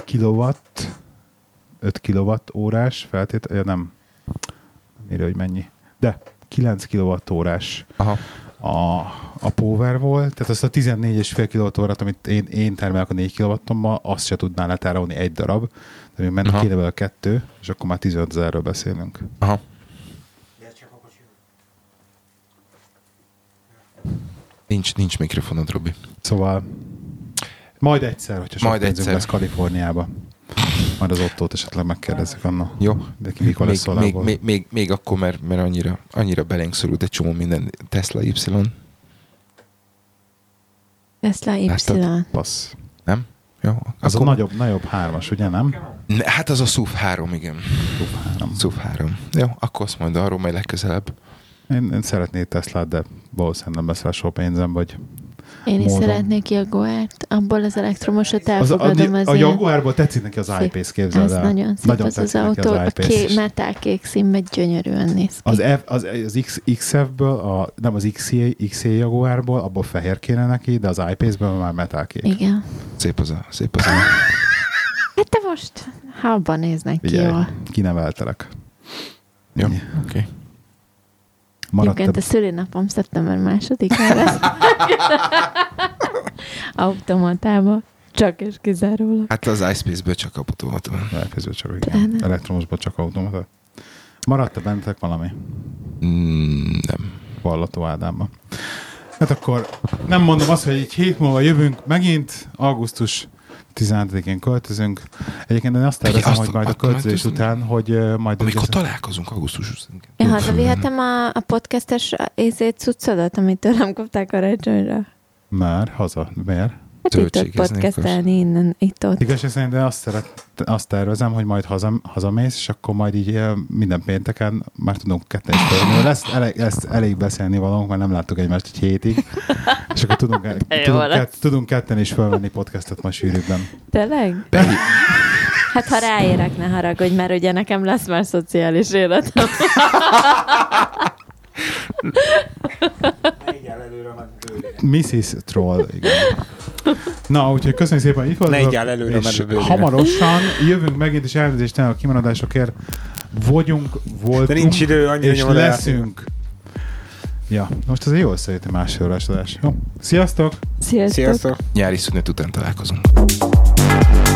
kilowatt órás feltétel, nem mire, hogy mennyi. De 9 kWh a Powerwall, tehát azt a 14,5 kWh-t, amit én termelek a 4 kW-ommal, azt se tudná letárolni egy darab, de még mennek kéne vele 2, és akkor már 15 000-ről beszélünk. Aha. Nincs mikrofonod, Robi. Szóval majd egyszer, hogyha sok pénzünk lesz Kaliforniába. Majd az Ottót esetleg megkérdezzük annak. Jó. De ki mikor lesz Szolából. Még akkor, mert annyira belénk szorult egy csomó minden Tesla Y. Tesla Y. Passz. Nem? Jó. Az akkor... a nagyobb 3-as, ugye nem? Hát az a SUV 3, igen. SUV 3. Jó, akkor azt mondja, arról majd legközelebb. Én szeretnék Teslát, de valószínűleg nem lesz rá sok pénzem, vagy én is szeretnék Jaguárt, abból az elektromosat elfogadom. A Jaguárból tetszik neki az I-Pace, képzeld el. Ez nagyon szép az autó, a metálkék színben gyönyörűen néz ki. Az XF-ből, nem az XC Jaguárból, abból fehér kéne neki, de az I-Pace-ből már metálkék. Igen. Szép az a... Hát te most, ha abban néznek ki jól. Kineveltelek. Jó, oké. Egyébként a szülinapom szeptember 2-án lesz. Automatában. Csak és kizárólag. Hát az iSpace-ből csak automata. Az iSpace-ből csak, igen. Elektromosból csak automata. Maradt-e bennetek valami? Nem. Vallató Ádámban. Hát akkor nem mondom azt, hogy egy hét múlva jövünk megint, augusztus 15-én költözünk. Egyébként én azt tervezem, hogy majd a költözés után, hogy majd... Amikor találkozunk augusztus 20-án. Ja, hazavihetem a podcastes cuccodat, amit tőlem kapták karácsonyra. Már? Haza? Miért? Hát itt ott podcastelni innen, itt-ott. Igazság szerint azt tervezem, hogy majd hazamész, és akkor majd így minden pénteken már tudunk ketten is fölvenni. Lesz elég beszélni valónk, mert nem láttuk egymást egy hétig. És akkor tudunk ketten is fölvenni podcastot ma sűrűbben. Tényleg? Hát ha ráérek, ne haragudj, mert ugye nekem lesz már szociális életem. Mrs. Troll, igen. Na, úgyhogy köszönjük szépen, hogy itt voltatok, és hamarosan jövünk megint, és elnézést a kimaradásokért voltunk, de nincs idő, és leszünk. Ja, most azért jól szerintem másfél órás adás. Jó, sziasztok! Sziasztok! Nyári szünet után találkozunk.